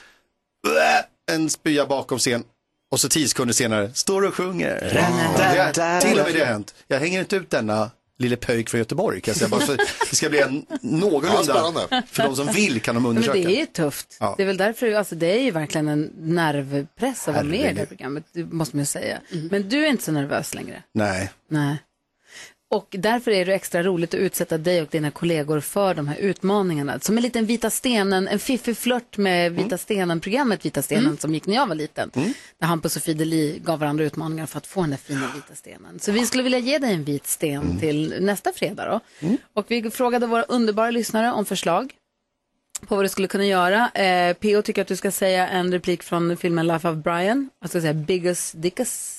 en spya bakom scen. Och så 10 sekunder senare står och sjunger. Till och med det har hänt. Jag hänger inte ut denna lille pöjk från Göteborg. Kan jag säga. Bara så det ska bli en någorlunda. För de som vill kan de undersöka. Men det är ju tufft. Ja. Det är väl därför, alltså det är ju verkligen en nervpress att vara med i det här programmet. Det måste man ju säga. Men du är inte så nervös längre. Nej. Och därför är det extra roligt att utsätta dig och dina kollegor för de här utmaningarna. Som en liten Vita stenen, en fiffig flört med Vita stenen-programmet Vita stenen som gick när jag var liten. Där Hampus och Fideli gav varandra utmaningar för att få den där fina vita stenen. Så vi skulle vilja ge dig en vit sten till nästa fredag då. Och vi frågade våra underbara lyssnare om förslag på vad du skulle kunna göra. P.O. tycker att du ska säga en replik från filmen Life of Brian. Jag ska säga Biggest Dickus.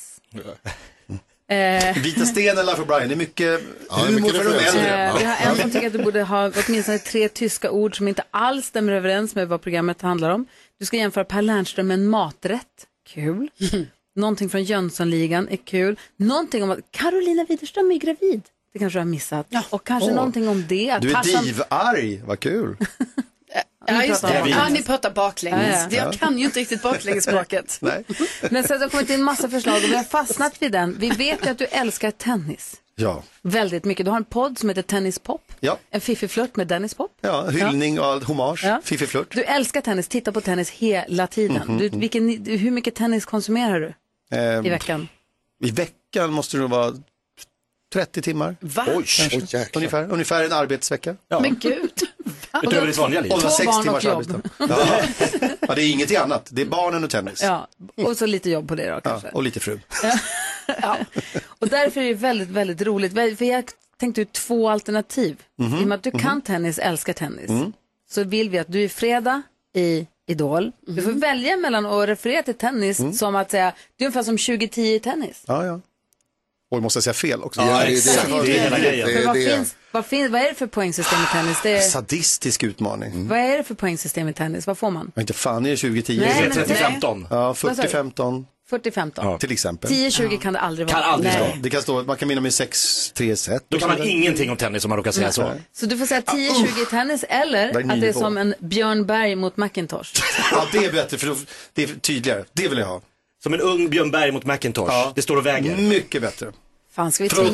Vita stenen, Life of Brian, det är mycket humor för de äldre. Vi har en som tycker att du borde ha åtminstone 3 tyska ord som inte alls stämmer överens med vad programmet handlar om. Du ska jämföra Per Lernström med en maträtt. Kul. Någonting från Jönssonligan är kul. Någonting om att Carolina Widerström är gravid. Det kanske du har missat. Och kanske någonting om det. Att du är divarg, vad kul. Ja, just det. Ni pratar baklänges. Ja. Jag kan ju inte riktigt baklängesspråket. Nej. Men sen har det kommit in en massa förslag och vi har fastnat vid den. Vi vet ju att du älskar tennis. Ja. Väldigt mycket. Du har en podd som heter Tennispop. Ja. En fiffig flört med Dennis Pop. Ja, hyllning och hommage. Ja. Fiffig flört. Du älskar tennis, titta på tennis hela tiden. Hur mycket tennis konsumerar du i veckan? I veckan måste det vara 30 timmar. Va? Ungefär en arbetsvecka. Ja. Men gud. Utöver ditt vanliga liv. 6 timmars arbetsdag. Ja, det är ingenting annat. Det är barnen och tennis. Ja, och så lite jobb på det då kanske. Ja, och lite fru. Ja. Och därför är det väldigt, väldigt roligt. För jag tänkte ut 2 alternativ. I och med att du kan tennis, älskar tennis. Så vill vi att du är fredag i Idol. Du får välja mellan att referera till tennis som att säga, det är ungefär som 2010 i tennis. Ja. Och måste jag säga fel också. Ja, det är hela grejen. Vad är det för poängsystem i tennis? Det är... Sadistisk utmaning. Vad är det för poängsystem i tennis? Vad får man? Inte fan är det 2010. Nej, 30-15. Ja, 40-15. 40-15. Ja, till exempel. 10-20 kan det aldrig vara. Kan aldrig stå. Det kan stå, man kan vinna med 6-3 set. Då kan man ingenting om tennis om man råkar säga så. Så du får säga 10-20 i tennis eller att det är som en Björn Berg mot McIntosh. Ja, det är bättre för det är tydligare. Det vill jag ha. Som en ung Björn Berg mot McIntosh. Ja. Det står och väger. Mycket bättre. Fan, ska vi för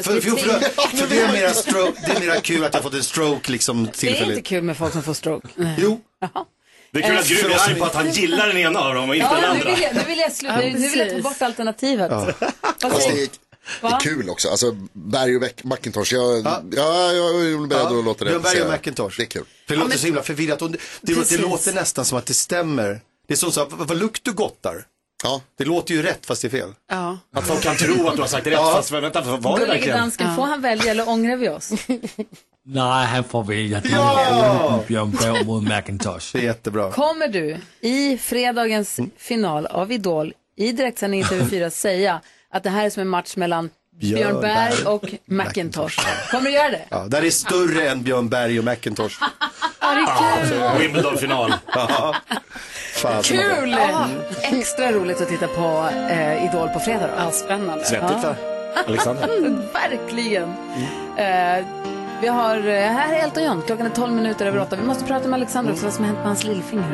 det är mera stroke, det är mera kul att jag fått en stroke liksom tillfälligt. Det är inte kul med folk som får stroke. Jo. Jaha. Det är kul att Gry är arg på att han gillar den ena av dem och inte den andra. Nu vill jag ta bort alternativet. Ja. Det är kul också. Alltså Berg och McIntosh. Jag är beredd att låta det. Berg och McIntosh. Det är kul. För det låter så himla förvirrat. Det låter nästan som att det stämmer. Det är så att vad lukt du gottar. Ja. Det låter ju rätt fast det är fel. Ja. Att folk kan tro att du har sagt rätt fast vänta, var det verkligen? Dansken, får han välja eller ångrar vi oss? Nej, han får välja. Björn Berg mot McIntosh. Det är jättebra. Kommer du i fredagens final av Idol i direktsändning TV4 säga att det här är som en match mellan Björn Berg och McIntosh? Kommer du göra det? Ja, det är större än Björn Berg och McIntosh. Ja, det är kul. Wimbledon-final. Kul! Extra roligt att titta på Idol på fredag då. Ja, spännande. Svettigt va? Alexander? Verkligen. Vi har, här är Elton John, klockan är 12 minuter över 8. Vi måste prata med Alexander också, vad som har hänt med hans lillfinger.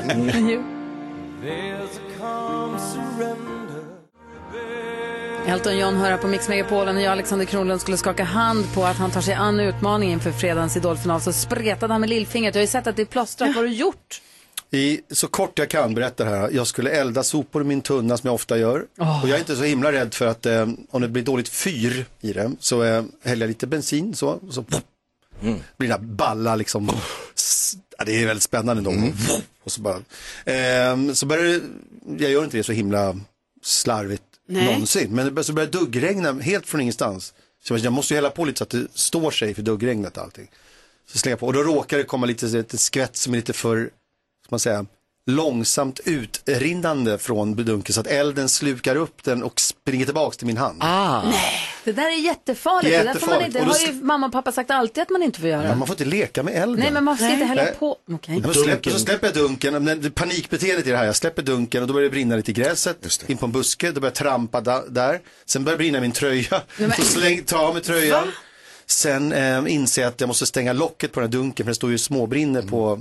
Elton John hör på Mix Megapolen. När jag och Alexander Kronlund skulle skaka hand på att han tar sig an utmaningen för fredagens idolfinal, så spretade han med lillfingret. Jag har ju sett att det är plåstrat. Vad har du gjort? Så kort jag kan berätta här. Jag skulle elda sopor i min tunna som jag ofta gör. Och jag är inte så himla rädd för att om det blir dåligt fyr i det så häller jag lite bensin så blir det balla liksom. Det är väldigt spännande då. Och så bara så börjar det, jag gör inte det så himla slarvigt någonsin, men så börjar det duggregna helt från ingenstans. Så jag måste ju hälla på lite så att det står sig för duggregnet och allting. Så slänger jag på och då råkar det komma lite skvätt som är lite för, man säga, långsamt utrinnande från bedunken så att elden slukar upp den och springer tillbaks till min hand. Nej, det där är jättefarligt. Det där får man inte, det har ju mamma och pappa sagt alltid att man inte får göra. Ja, man får inte leka med elden. Nej, men man får inte hälla på. Okay. Så släpper jag dunken, panikbeteendet i det här, jag släpper dunken och då börjar det brinna lite i gräset, in på en buske, då börjar jag trampa där, sen börjar det brinna min tröja, så tar jag med tröjan. Va? Sen inser jag att jag måste stänga locket på den här dunken för det står ju småbrinner på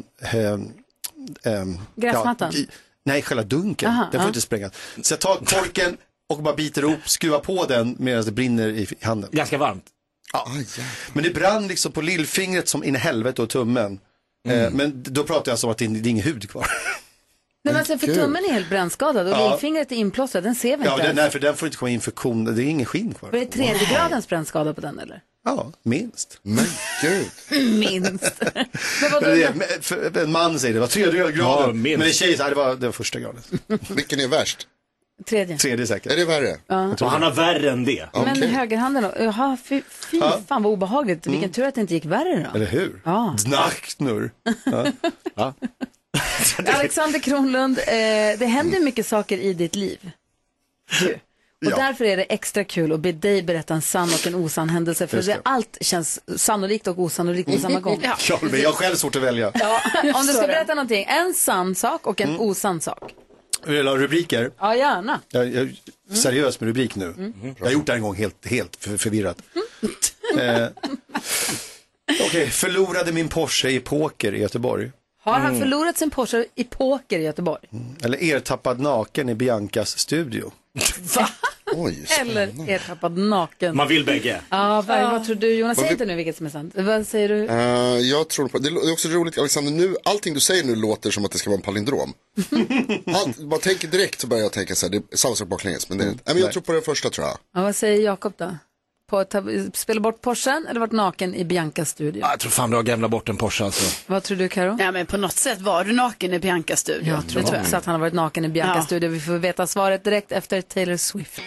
gräsmattan? Nej, själva dunken. Den får inte sprängas. Så jag tar korken och bara biter ihop, skruvar på den medan det brinner i handen. Ganska varmt. Ja. Men det brann liksom på lillfingret som in i helvete och tummen. Men då pratar jag alltså om att det är ingen hud kvar. Nej, men för tummen är helt brännskadad och lillfingret är inplåstrat, den ser vi inte. Ja, för den får inte komma infektion, det är ingen skinn kvar. Var det 3:e gradens brännskada på den eller? Ja, minst. Men gud. Minst. För en man säger det var 3:e graden, men en tjej säger det var 1:a graden. Vilken är värst? 3:e säkert. Är det värre? Ja. Och han har värre än det. Men högerhanden då? Jaha, fy fan vad obehagligt. Vilken tur att det inte gick värre då. Eller hur? Ja. Znacknur. Ja. Alexander Kronlund, det händer mycket saker i ditt liv. Och därför är det extra kul att be dig berätta en sann och en osann händelse. För allt känns sannolikt och osannolikt på samma gång. Ja, men jag har själv svårt att välja. Ja, om du ska berätta någonting, en sann sak och en osann sak. Vill du ha rubriker? Ja, gärna. Jag är seriös med rubrik nu. Jag har gjort det en gång helt förvirrat. Okej, förlorade min Porsche i poker i Göteborg. Har han förlorat sin Porsche i poker i Göteborg? Eller ertappad naken i Biancas studio. Va? Oj, eller ertappad naken. Man vill bägge. Ja, vad tror du, Jonas? Säg inte nu vilket som är sant. Vad säger du? Jag tror på, det är också roligt, Alexander, nu, allting du säger nu låter som att det ska vara en palindrom. Man tänker direkt så börjar jag tänka så här, det är samma sak baklänges. Men, men jag tror på den första, tror jag. Ja, vad säger Jakob då? På att spela bort Porschen eller varit naken i Biancas studio? Jag tror fan du har gamla bort en Porsche alltså. Vad tror du, Karo? Ja, men på något sätt var du naken i Biancas studio. Jag tror också att han har varit naken i Biancas studio. Vi får veta svaret direkt efter Taylor Swift.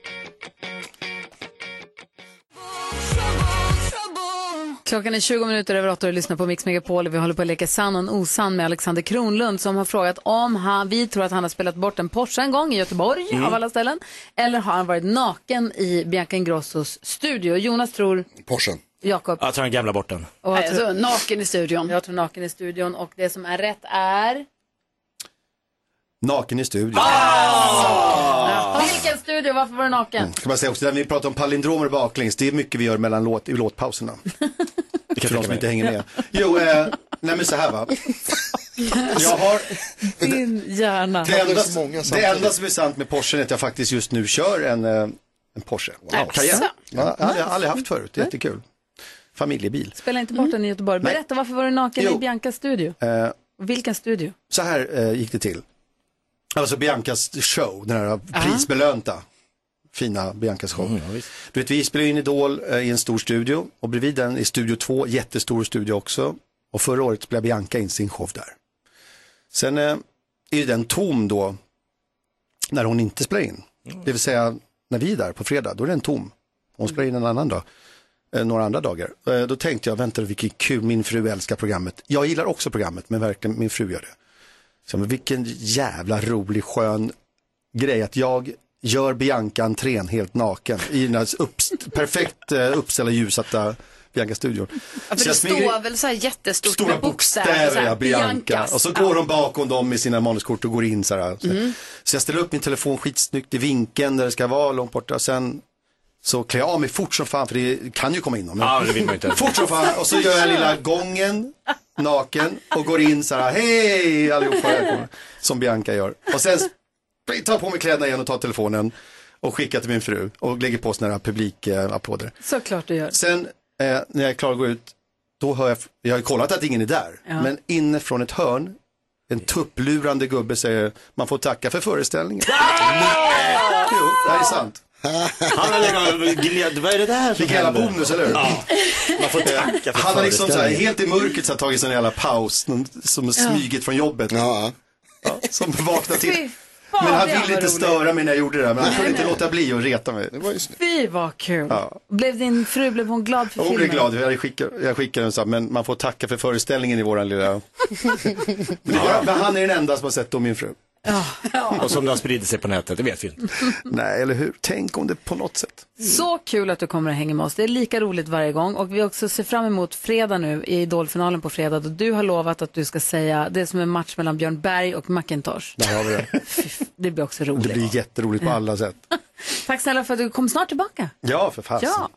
Klockan är 20 minuter över 8 och lyssnar på Mix Megapol. Vi håller på att leka sann och osann med Alexander Kronlund som har frågat om vi tror att han har spelat bort en Porsche en gång i Göteborg av alla ställen. Eller har han varit naken i Bianca Ingrossos studio? Jonas tror... Porsche. Jakob? Jag tror han gamla bort den. Och jag tror naken i studion. Jag tror naken i studion och det som är rätt är... Naken i studion. Vilken studio? Varför var du naken? Ska man säga också, när vi pratar om palindromer baklänges, det är mycket vi gör mellan i låtpauserna. För de som inte hänger med. Jo, nej men så här va. Jag har... Din hjärna. Det enda som är sant med Porsche är att jag faktiskt just nu kör en Porsche. Cayenne. Ja, jag har aldrig haft förut, det är jättekul. Familjebil. Spela inte bort den i Göteborg. Berätta, varför var du naken i Biancas studio? Vilken studio? Så här gick det till. Alltså Biancas show, den här prisbelönta fina Biancas show. Du vet, vi spelade in Idol i en stor studio och bredvid den i studio 2, jättestor studio också. Och förra året spelade Bianca in sin show där. Sen är den tom då när hon inte spelar in. Det vill säga när vi är där på fredag, då är den tom. Hon spelar in en annan dag. Några andra dagar. Då tänkte jag, vänta, vilken kul, min fru älskar programmet. Jag gillar också programmet, men verkligen min fru gör det. Så, men vilken jävla rolig, skön grej att jag gör Bianca entrén helt naken i den här perfekt uppställda ljussatta Bianca-studion. Ja, för det står väl så här jättestort stora med bokstäver. bokstäver, Bianca. Och så går de bakom dem med sina manuskort och går in så här. Så jag ställer upp min telefon skitsnyggt i vinkeln där det ska vara långt borta. Sen så klär jag av mig fort som fan, för det kan ju komma in. Men det vill man inte. Fort som fan, och så gör jag lilla gången naken och går in så här, hej allihopa, som Bianca gör. Och sen tar på mig kläderna igen och tar telefonen och skickar till min fru och lägger på såna här publikapplåder. Såklart du gör. Sen när jag är klar att gå ut, då hör jag har ju kollat att ingen är där, men inne från ett hörn, en tupplurande gubbe säger, man får tacka för föreställningen. Jo, det är sant. Han har vad är det där? Vilken jävla bonus, eller hur? Ja. Man får tacka för han har liksom så här, helt i mörkret så har tagit en jävla paus som smygit från jobbet. Ja, som vaknade till. Men han ville inte störa mig när jag gjorde det där. Men han kunde inte låta bli att reta mig. Det var ju snyggt. Fy vad kul. Ja. Blev din fru, blev hon glad för filmen? Hon blev glad, jag skickade den så här, men man får tacka för föreställningen i våran lilla... Men han är den enda som har sett då min fru. Och som det har spridit sig på nätet, det vet vi inte. Nej, eller hur? Tänk om det på något sätt. Så kul att du kommer att hänga med oss. Det är lika roligt varje gång. Och vi också ser fram emot fredag nu, i Idolfinalen på fredag. Och du har lovat att du ska säga det som är en match mellan Björn Berg och Macintosh. Där har vi det. Det blir också roligt. Det blir jätteroligt på alla sätt. Tack snälla för att du kom snart tillbaka. Ja, för fasen. Ja.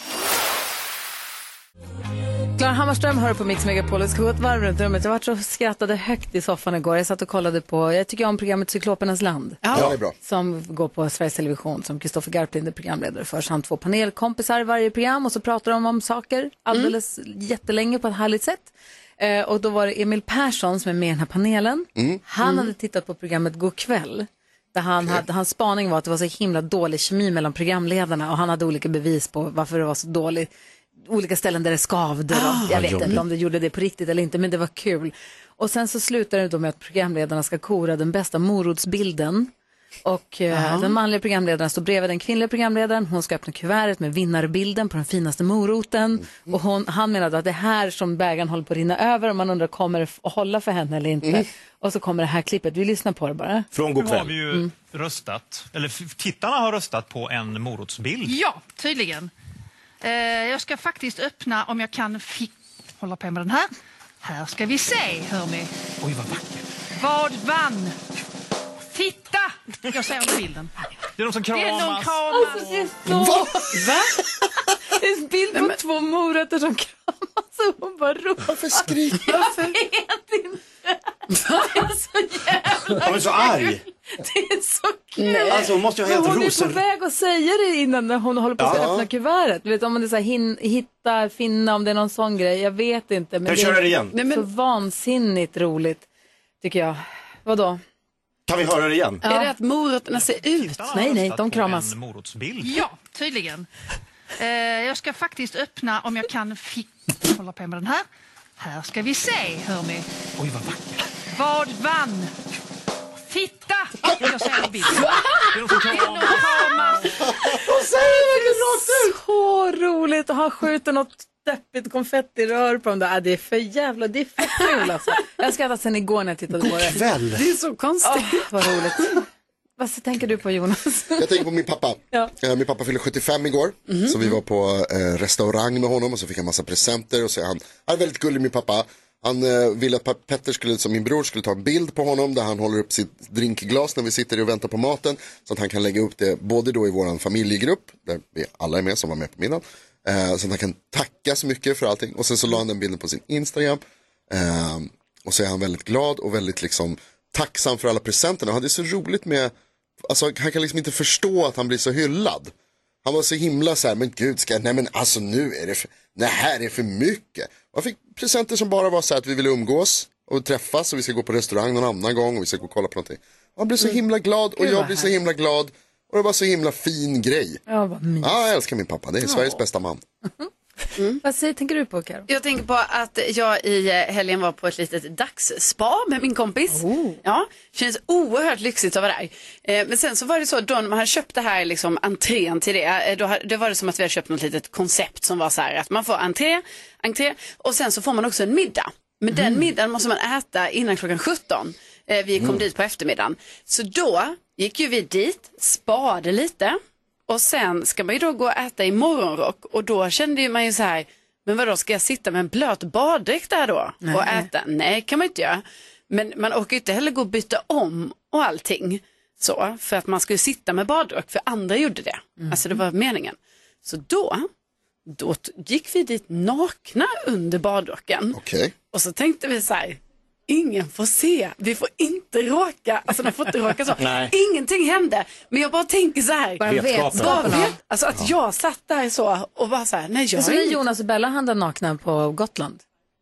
Klara Hammarström hör på Mix Megapol. Jag ska gå ett varv runt rummet. Jag var så skrattade högt i soffan igår. Jag satt och kollade på, jag tycker om programmet Cyklopernas land. Ja, det är bra. Som går på Sveriges Television, som Kristoffer Garplind är programledare för. Så han 2 panelkompisar i varje program och så pratar de om saker alldeles jättelänge på ett härligt sätt. Och då var det Emil Persson som är med i den här panelen. Han hade tittat på programmet God kväll. Där hans spaning var att det var så himla dålig kemi mellan programledarna och han hade olika bevis på varför det var så dåligt. Olika ställen där det skavde. Jag vet inte om det gjorde det på riktigt eller inte, men det var kul. Och sen så slutar det då med att programledarna ska kora den bästa morotsbilden. Och den manliga programledaren står bredvid den kvinnliga programledaren. Hon ska öppna kuvertet med vinnarbilden på den finaste moroten. Och han menade att det här som bägaren håller på att rinna över. Och man undrar, kommer det att hålla för henne eller inte? Och så kommer det här klippet. Vi lyssnar på det bara. Från God kväll. Nu har vi ju röstat, eller tittarna har röstat på en morotsbild. Ja, tydligen. Jag ska faktiskt öppna, om jag kan hålla på med den här. Här ska vi se, hör ni. Oj, vad vackert. Vad vann? Titta! Jag ser under bilden. Det är de som kramas. Det är någon kramas. Alltså, det är så... Va? Det är en bild på 2 morötter som kramas och hon bara ropar. Varför skriker jag? Vet inte. Det är så jävla hon är så arg. Det är så kul. Nej. Alltså hon måste ju ha helt hon rosor. är på väg att säga det innan när hon håller på att öppna kuvertet. Du vet, om man är så här, hitta, finna, om det är någon sån grej. Jag vet inte. Men jag kör det igen. Så vansinnigt roligt, tycker jag. Vadå? Kan vi höra det igen? Ja. Är det att morötterna ser ut? Nej, de kramas. En morotsbild. Ja, tydligen. Jag ska faktiskt öppna, om jag kan hålla på med den här. Här ska vi se, hör ni. Oj, vad vackert. Vad vann? Titta! Jag ser under bilden. Det är de som kramas. Hon säger det rakt ut. Så roligt. Och han skjuter något deppigt konfettirör på dem där. Det är för jävla, det är för kul alltså. Jag skrattat sen igår när jag tittade på det. Kväll. Det är så konstigt. Vad roligt. Vad tänker du på, Jonas? Jag tänker på min pappa. Min pappa fyllde 75 igår. Så vi var på restaurang med honom och så fick han massa presenter. Och så han är väldigt gullig, min pappa. Han ville att Petter skulle, som min bror, skulle ta en bild på honom där han håller upp sitt drinkglas när vi sitter och väntar på maten. Så att han kan lägga upp det både då i våran familjegrupp, där vi alla är med som var med på middagen. Så att han kan tacka så mycket för allting. Och sen så la han den bilden på sin Instagram. Och så är han väldigt glad och väldigt liksom tacksam för alla presenterna. Han hade så roligt med, alltså han kan liksom inte förstå att han blir så hyllad. Han var så himla så här, men gud, nej men alltså nu är det det här är för mycket. Han fick presenter som bara var så här att vi ville umgås och träffas och vi ska gå på restaurang någon annan gång och vi ska gå och kolla på någonting. Han blev så himla glad och jag blev så himla glad och det var så himla fin grej. Ja, vad mysigt. Ja, jag älskar min pappa, det är Sveriges bästa man. Vad tänker du på, Karo? Jag tänker på att jag i helgen var på ett litet dagsspa med min kompis. Ja, känns oerhört lyxigt att vara där. Men sen så var det så, då när man hade köpt det här liksom, entrén till det, då var det som att vi hade köpt något litet koncept som var så här att man får entré och sen så får man också en middag. Men den middagen måste man äta innan klockan 17. Vi kom dit på eftermiddagen. Så då gick ju vi dit, spade lite. Och sen ska man ju då gå och äta i morgonrock. Och då kände man ju så här, men vadå, ska jag sitta med en blöt baddräkt där då och äta? Nej, kan man inte göra. Men man orkar inte heller gå och byta om och allting. Så, för att man skulle sitta med baddräkt, för andra gjorde det. Alltså det var meningen. Så då gick vi dit nakna under baddräkten. Okej. Och så tänkte vi så här, ingen får se, vi får inte råka, alltså de får inte råka så. Nej. Ingenting hände, men jag bara tänker så här, Alltså att jag satt där så och bara så här, nej jag så när Jonas och Bella handlade nakna på Gotland.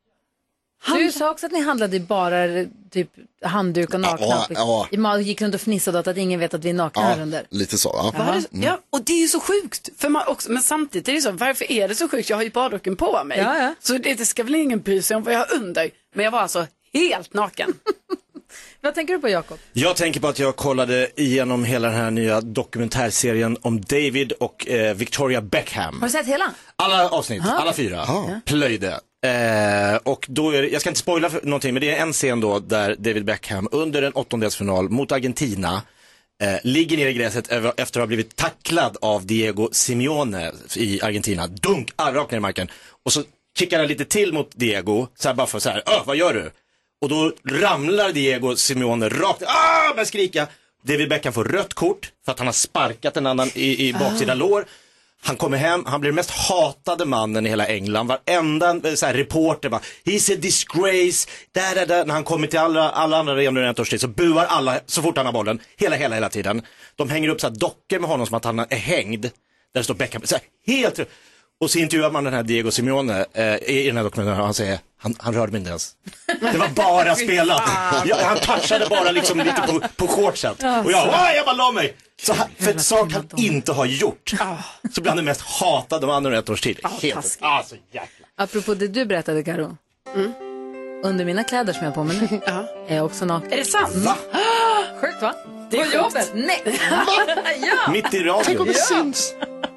Du sa också att ni handlade bara typ handduk och nakna. Ja. Gick runt och fnissade åt att ingen vet att vi är nakna här under. Lite så. Ja, och det är ju så sjukt. För man också, men samtidigt är det så, varför är det så sjukt? Jag har ju baddräkten på mig. Ja. Så det ska väl ingen bry sig om vad jag har under. Men jag var alltså helt naken. Vad tänker du på, Jakob? Jag tänker på att jag kollade igenom hela den här nya dokumentärserien om David och Victoria Beckham. Har du sett hela? Alla avsnitt, alla 4. Plöjde. Och då är det, jag ska inte spoila för någonting, men det är en scen då där David Beckham under en 8-delsfinal mot Argentina ligger ner i gräset efter att ha blivit tacklad av Diego Simeone i Argentina. Dunk, rakt ner i marken. Och så kickar han lite till mot Diego, så här bara för så här, vad gör du? Och då ramlar Diego Simeone rakt, med skrika. David Beckham får rött kort för att han har sparkat en annan i baksida lår. Han kommer hem, han blir den mest hatade mannen i hela England. Varenda så här, reporter bara, he's a disgrace. Där. När han kommer till alla andra regeneratörstid så buar alla så fort han har bollen. Hela tiden. De hänger upp så här dockor med honom som att han är hängd. Där står Beckham, så här, helt. Och så intervjuar man den här Diego Simeone i den här dokumentären och han säger, han rörde mig inte ens. Det var bara spelat. Han touchade bara liksom lite på shortset. Och jag bara la mig. Så för ett sak han inte har gjort. Så blir han den mest hatade mannen i ett års tid. Helt. Så jäkla. Apropå det du berättade, Karo. Under mina kläder som jag har på mig nu är jag också naken. Är det sant? Va? Sjukt, va? Det är jobbet. Nej. Ja. Mitt i radion. Tänk om det syns.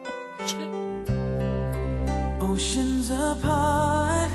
Oceans apart.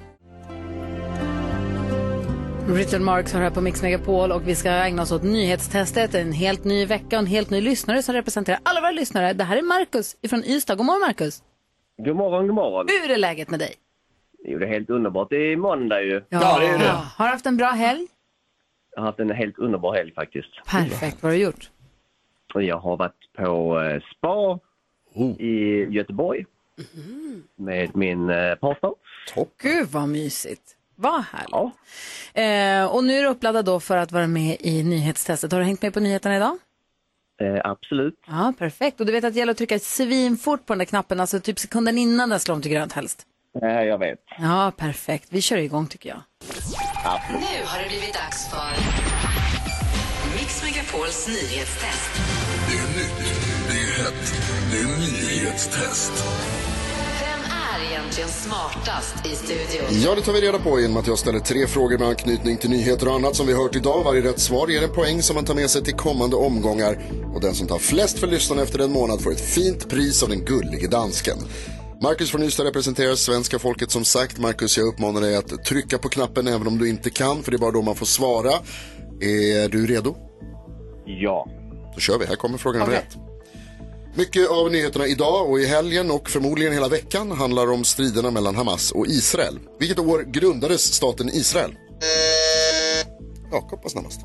Richard Marx har här på Mix Megapol och vi ska ägna oss åt nyhetstestet. En helt ny vecka och en helt ny lyssnare som representerar alla våra lyssnare. Det här är Marcus ifrån Ystad. God morgon, Marcus. God morgon. Hur är läget med dig? Jo, det är helt underbart. Det är måndag ju. Ja, det är det. Har du haft en bra helg? Jag har haft en helt underbar helg faktiskt. Perfekt, vad har du gjort? Och jag har varit på spa i Göteborg med min partner. Gud vad mysigt. Vad härligt. Ja. Och nu är du uppladdad då för att vara med i nyhetstestet. Har du hängt med på nyheterna idag? Absolut. Ja, perfekt. Och du vet att det gäller att trycka svinfort på den där knappen, alltså typ sekunden innan den slår om till grönt helst. Jag vet. Ja, perfekt. Vi kör igång tycker jag. Ja. Nu har det blivit dags för Mix Megapols nyhetstest. Det är nytt, det är hett, det är nyhetstest. Vem är egentligen smartast i studion? Ja, det tar vi reda på genom att jag ställer 3 frågor med anknytning till nyheter och annat som vi hört idag. Varje rätt svar ger en poäng som man tar med sig till kommande omgångar. Och den som tar flest för lyssnarna efter en månad får ett fint pris av den gullige dansken. Marcus från Ystad representerar svenska folket som sagt. Marcus, jag uppmanar dig att trycka på knappen även om du inte kan, för det är bara då man får svara. Är du redo? Ja. Då kör vi, här kommer frågan nummer 1. Mycket av nyheterna idag och i helgen och förmodligen hela veckan handlar om striderna mellan Hamas och Israel. Vilket år grundades staten Israel? Jakob var snabbast.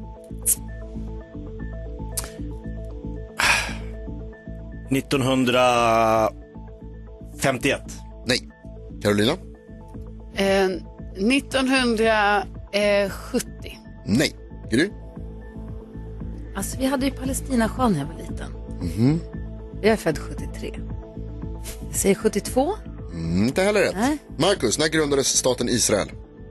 –1951. Nej. Carolina? 1970. Nej. Gry? Alltså vi hade ju Palestinasjön när jag var liten. Jag är född 73. Jag säger 72. Inte heller rätt. Nej. Marcus, när grundades staten Israel?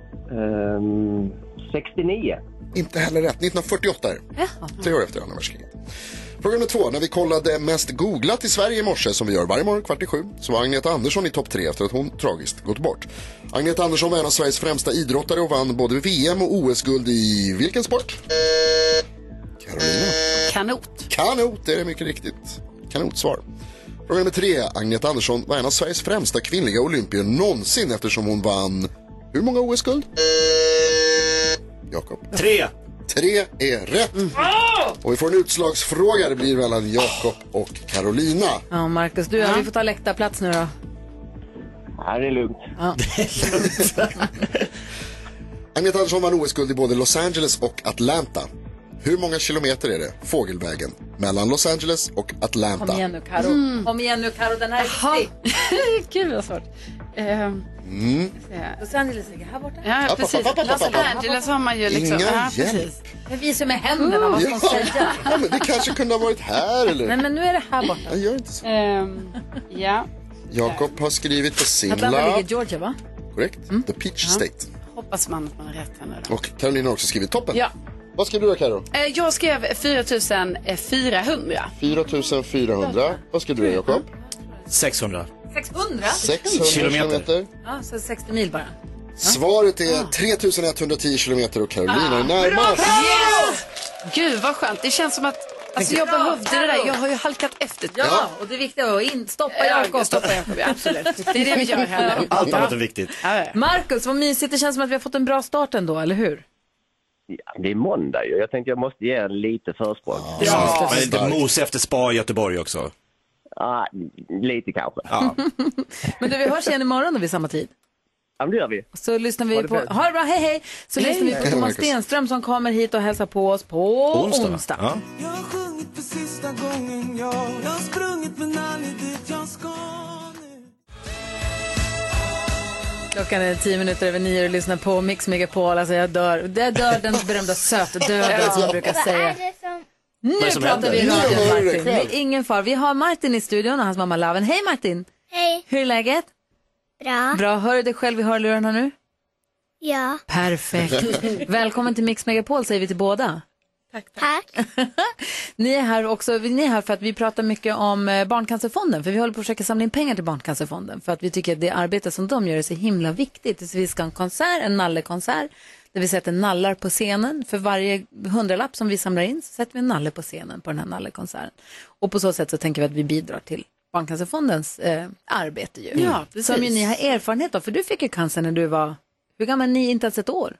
69. Inte heller rätt. 1948 är det. 3 år efter andra världskriget. Fråga nummer 2. När vi kollade mest googlat i Sverige i morse, som vi gör varje morgon 6:45, så var Agneta Andersson i topp 3 efter att hon tragiskt gått bort. Agneta Andersson var en av Sveriges främsta idrottare och vann både VM och OS-guld i vilken sport? Carolina. Kanot, det är mycket riktigt. Kanotsvar. Fråga nummer 3. Agneta Andersson var en av Sveriges främsta kvinnliga olympier någonsin eftersom hon vann hur många OS-guld? Jakob. 3. 3 är rätt. Och vi får en utslagsfråga. Det blir mellan Jakob och Carolina. Ja, Marcus, du har vi fått ta läktarplats nu då. Ja, det är lugnt. Ja. Agneta Andersson vann OS-guld i både Los Angeles och Atlanta. Hur många kilometer är det fågelvägen mellan Los Angeles och Atlanta? Kom igen nu, Karo. Kom igen nu, Karo. Den här är viktig. Gud vad svårt. Los Angeles ligger här borta. Ja, precis. Los Angeles har man ju liksom. Inga precis. Jag visar med händerna vad man ska säga. Ja, men det kanske kunde ha varit här eller? Nej, men nu är det här borta. Jag gör inte så. Ja. Jakob har skrivit på sin Atlanta ligger lapp. Georgia, va? Korrekt. The Peach State. Hoppas man att man har rätt här nu då. Och Carolina har också skrivit toppen. Ja. Vad skrev du då, Karo? Jag skrev 4400. 4400. Vad skrev du, Jakob? 600. 600? 600 kilometer. Ja, så 60 mil bara. Svaret är 3110 kilometer och Carolina är närmast. Yes! Gud vad skönt. Det känns som att jag behövde det där. Jag har ju halkat efter. Ja, och det viktiga är att stoppa Jakob. Stoppa Jakob, absolut. Det är det vi gör här nu. Allt annat är viktigt. Marcus, vad mysigt. Det känns som att vi har fått en bra start ändå, eller hur? Ja, det är måndag ju. Jag tänkte jag måste ge en lite försprång. Ja, men inte mos efter spa i Göteborg också. Ja, lite kanske. Ja. Men du, vi hörs igen imorgon då vid samma tid. Ja, det gör vi. Så lyssnar vi på... Ha det bra, hej! Så lyssnar vi på Thomas Stenström som kommer hit och hälsar på oss på onsdag. Jag har sjungit för sista gången, jag har sprungit men aldrig dit jag ska nu. Klockan är 10:10 och lyssnar på Mix Megapol. Alltså jag dör den berömda sötdöden som man brukar säga. Nu pratar vi i radion, Martin. Det är ingen far. Vi har Martin i studion och hans mamma Laven. Hej Martin! Hej! Hur är läget? Bra. Bra, hör du dig själv i hörlurarna nu? Ja. Perfekt. Välkommen till Mix Megapol säger vi till båda. Tack. Ni är här också, ni är här för att vi pratar mycket om Barncancerfonden. För vi håller på att försöka samla in pengar till Barncancerfonden. För att vi tycker att det arbete som de gör är så himla viktigt. Så vi ska ha en konsert, en nallekonsert. Där vi sätter nallar på scenen. För varje 100-lapp som vi samlar in så sätter vi en nalle på scenen på den här nallekonserten. Och på så sätt så tänker vi att vi bidrar till Barncancerfondens arbete ju. Ja, precis. Som ju ni har erfarenhet av. För du fick ju cancer när du var, hur gammal ni? Inte ens ett år?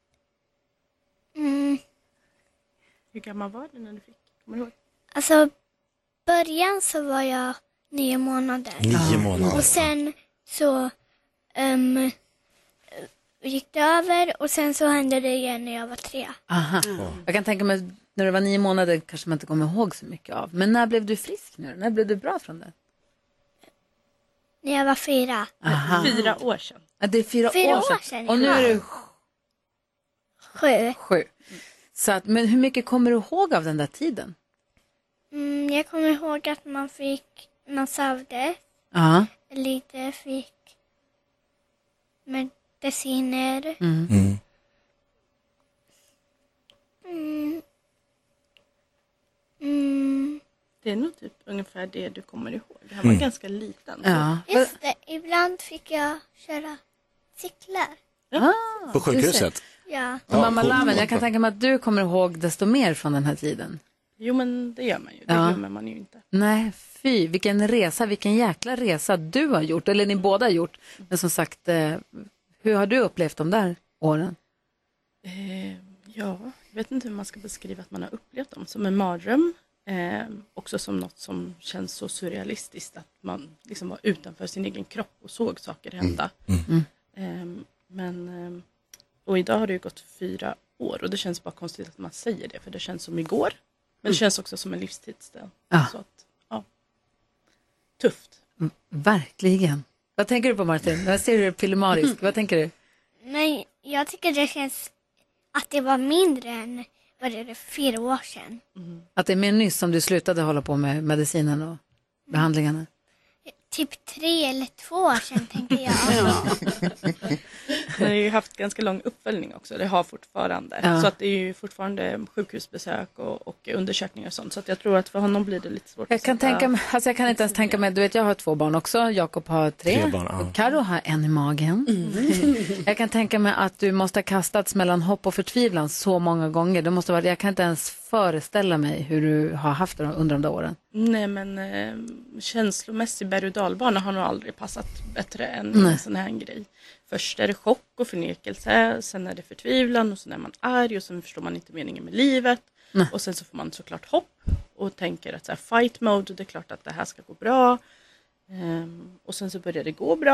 Hur gammal var du när du fick? Kommer du ihåg? Alltså, början så var jag 9 månader. 9 månader. Och sen så gick det över och sen så hände det igen när jag var 3. Aha. Jag kan tänka mig när du var 9 månader kanske man inte kommer ihåg så mycket av. Men när blev du frisk nu? När blev du bra från det? När jag var 4. Aha. 4 år sedan. Ja, det är 4 år sedan. Och nu är du 7. Så att, men hur mycket kommer du ihåg av den där tiden? Jag kommer ihåg att man sövde. Ja. Lite fick mediciner. Det är nog typ ungefär det du kommer ihåg. Det här var ganska liten. Ja. Just det, ibland fick jag köra cyklar. På sjukhuset? Ja. Och mamma Laven, jag kan tänka mig att du kommer ihåg desto mer från den här tiden. Jo, men det gör man ju. Det glömmer man ju inte. Nej, fy, vilken resa, vilken jäkla resa du har gjort, eller ni båda har gjort. Men som sagt, hur har du upplevt de där åren? Ja, jag vet inte hur man ska beskriva att man har upplevt dem. Som en mardröm. Också som något som känns så surrealistiskt. Att man liksom var utanför sin egen kropp och såg saker hända. Och idag har det ju gått 4 år. Och det känns bara konstigt att man säger det. För det känns som igår. Men det känns också som en livstidsdel. Så att, ja. Tufft. Verkligen. Vad tänker du på, Martin? Jag ser hur det är filmariskt. Vad tänker du? Men jag tycker det känns att det var mindre än vad det är 4 år sedan. Att det är mer nyss som du slutade hålla på med medicinen och behandlingarna? Typ 3 eller 2 år sedan tänker jag. Jag har ju haft ganska lång uppföljning också. Det har fortfarande. Ja. Så att det är ju fortfarande sjukhusbesök och undersökningar och sånt. Så att jag tror att för honom blir det lite svårt. Jag kan tänka mig, alltså jag kan inte ens tänka mig, du vet jag har 2 barn också, Jakob har 3 barn, ja. och Karo har 1 i magen. Jag kan tänka mig att du måste ha kastats mellan hopp och förtvivlan så många gånger. Det måste vara, jag kan inte ens föreställa mig hur du har haft det under de där åren. Nej, men känslomässig berg- och dalbana har nog aldrig passat bättre än en sån här grej. Först är det chock och förnekelse, sen är det förtvivlan och sen är man arg och sen förstår man inte meningen med livet. Och sen så får man såklart hopp och tänker att så här, fight mode, det är klart att det här ska gå bra. Och sen så börjar det gå bra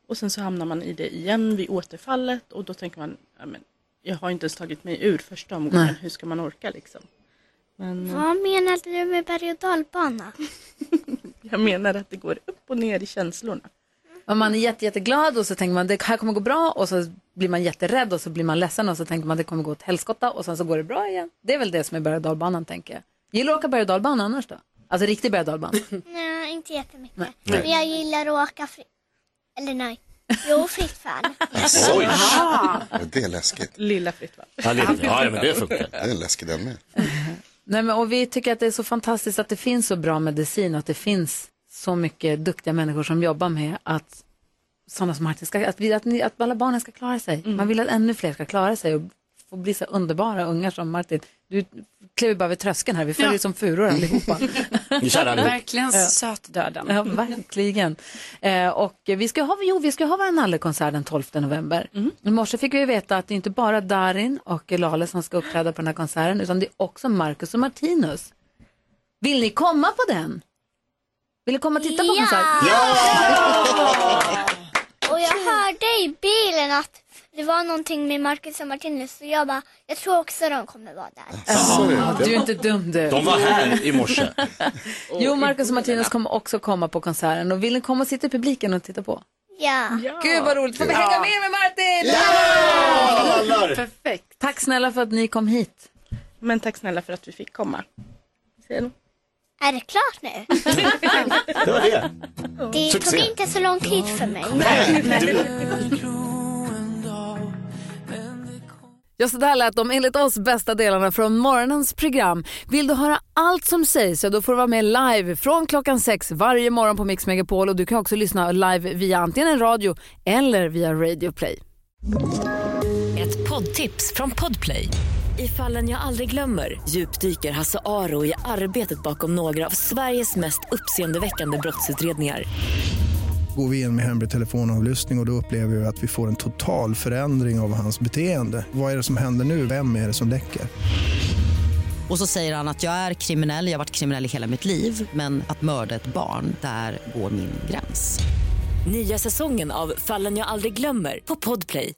Och sen så hamnar man i det igen vid återfallet. Och då tänker man, jag har inte ens tagit mig ur första omgången. Nej. Hur ska man orka liksom? Men, vad menar du med berg- och dalbana? Jag menar att det går upp och ner i känslorna. Och man är jätteglad och så tänker man det här kommer gå bra och så blir man jätterädd och så blir man ledsen och så tänker man det kommer gå åt helskotta och sen så går det bra igen. Det är väl det som är berg- och dalbanan, tänker jag. Gillar du att åka berg- och dalbana annars då? Alltså riktig berg- och dalbana? Nej, inte jättemycket. Nej. Men jag gillar att åka fritt fall. Oj, det är läskigt. Lilla fritt fall. Ja, men det funkar. Det är läskigt den med. Nej, men, och vi tycker att det är så fantastiskt att det finns så bra medicin och att det finns så mycket duktiga människor som jobbar med att sådana som Martin ska, att alla barnen ska klara sig. Man vill att ännu fler ska klara sig och få bli så underbara ungar som Martin. Du kliver bara vid tröskeln här, vi följer som furor allihopa. Verkligen sötdöden. Ja, verkligen. Och vi ska ha vår nallekonsert den 12 november. I morse fick vi veta att det inte bara Darin och Lale som ska uppträda på den här konserten, utan det är också Marcus och Martinus. Vill ni komma på den? Vill ni komma och titta på konserten? Ja! Och jag hörde i bilen att det var någonting med Marcus och Martinus. Så jag tror också de kommer vara där. Du är inte dum du. De var här i morse. Jo, Marcus och Martinus kommer också komma på konserten. Och vill ni komma och sitta i publiken och titta på? Ja. Gud vad roligt, får vi hänga med Martin? Ja! Perfekt. Tack snälla för att ni kom hit. Men tack snälla för att vi fick komma. Är det klart nu? Det var det. Det tog inte så lång tid för mig. Ja, så där lät de enligt oss bästa delarna från morgonens program. Vill du höra allt som sägs så då får du vara med live från 6 varje morgon på Mix Megapol. Och du kan också lyssna live via antingen en radio eller via Radio Play. Ett poddtips från Podplay. I Fallen jag aldrig glömmer djupdyker Hasse Aro i arbetet bakom några av Sveriges mest uppseendeväckande brottsutredningar. Går vi in med hemlig telefonavlyssning och då upplever vi att vi får en total förändring av hans beteende. Vad är det som händer nu? Vem är det som läcker? Och så säger han att jag är kriminell, jag har varit kriminell i hela mitt liv. Men att mörda ett barn, där går min gräns. Nya säsongen av Fallen jag aldrig glömmer på Podplay.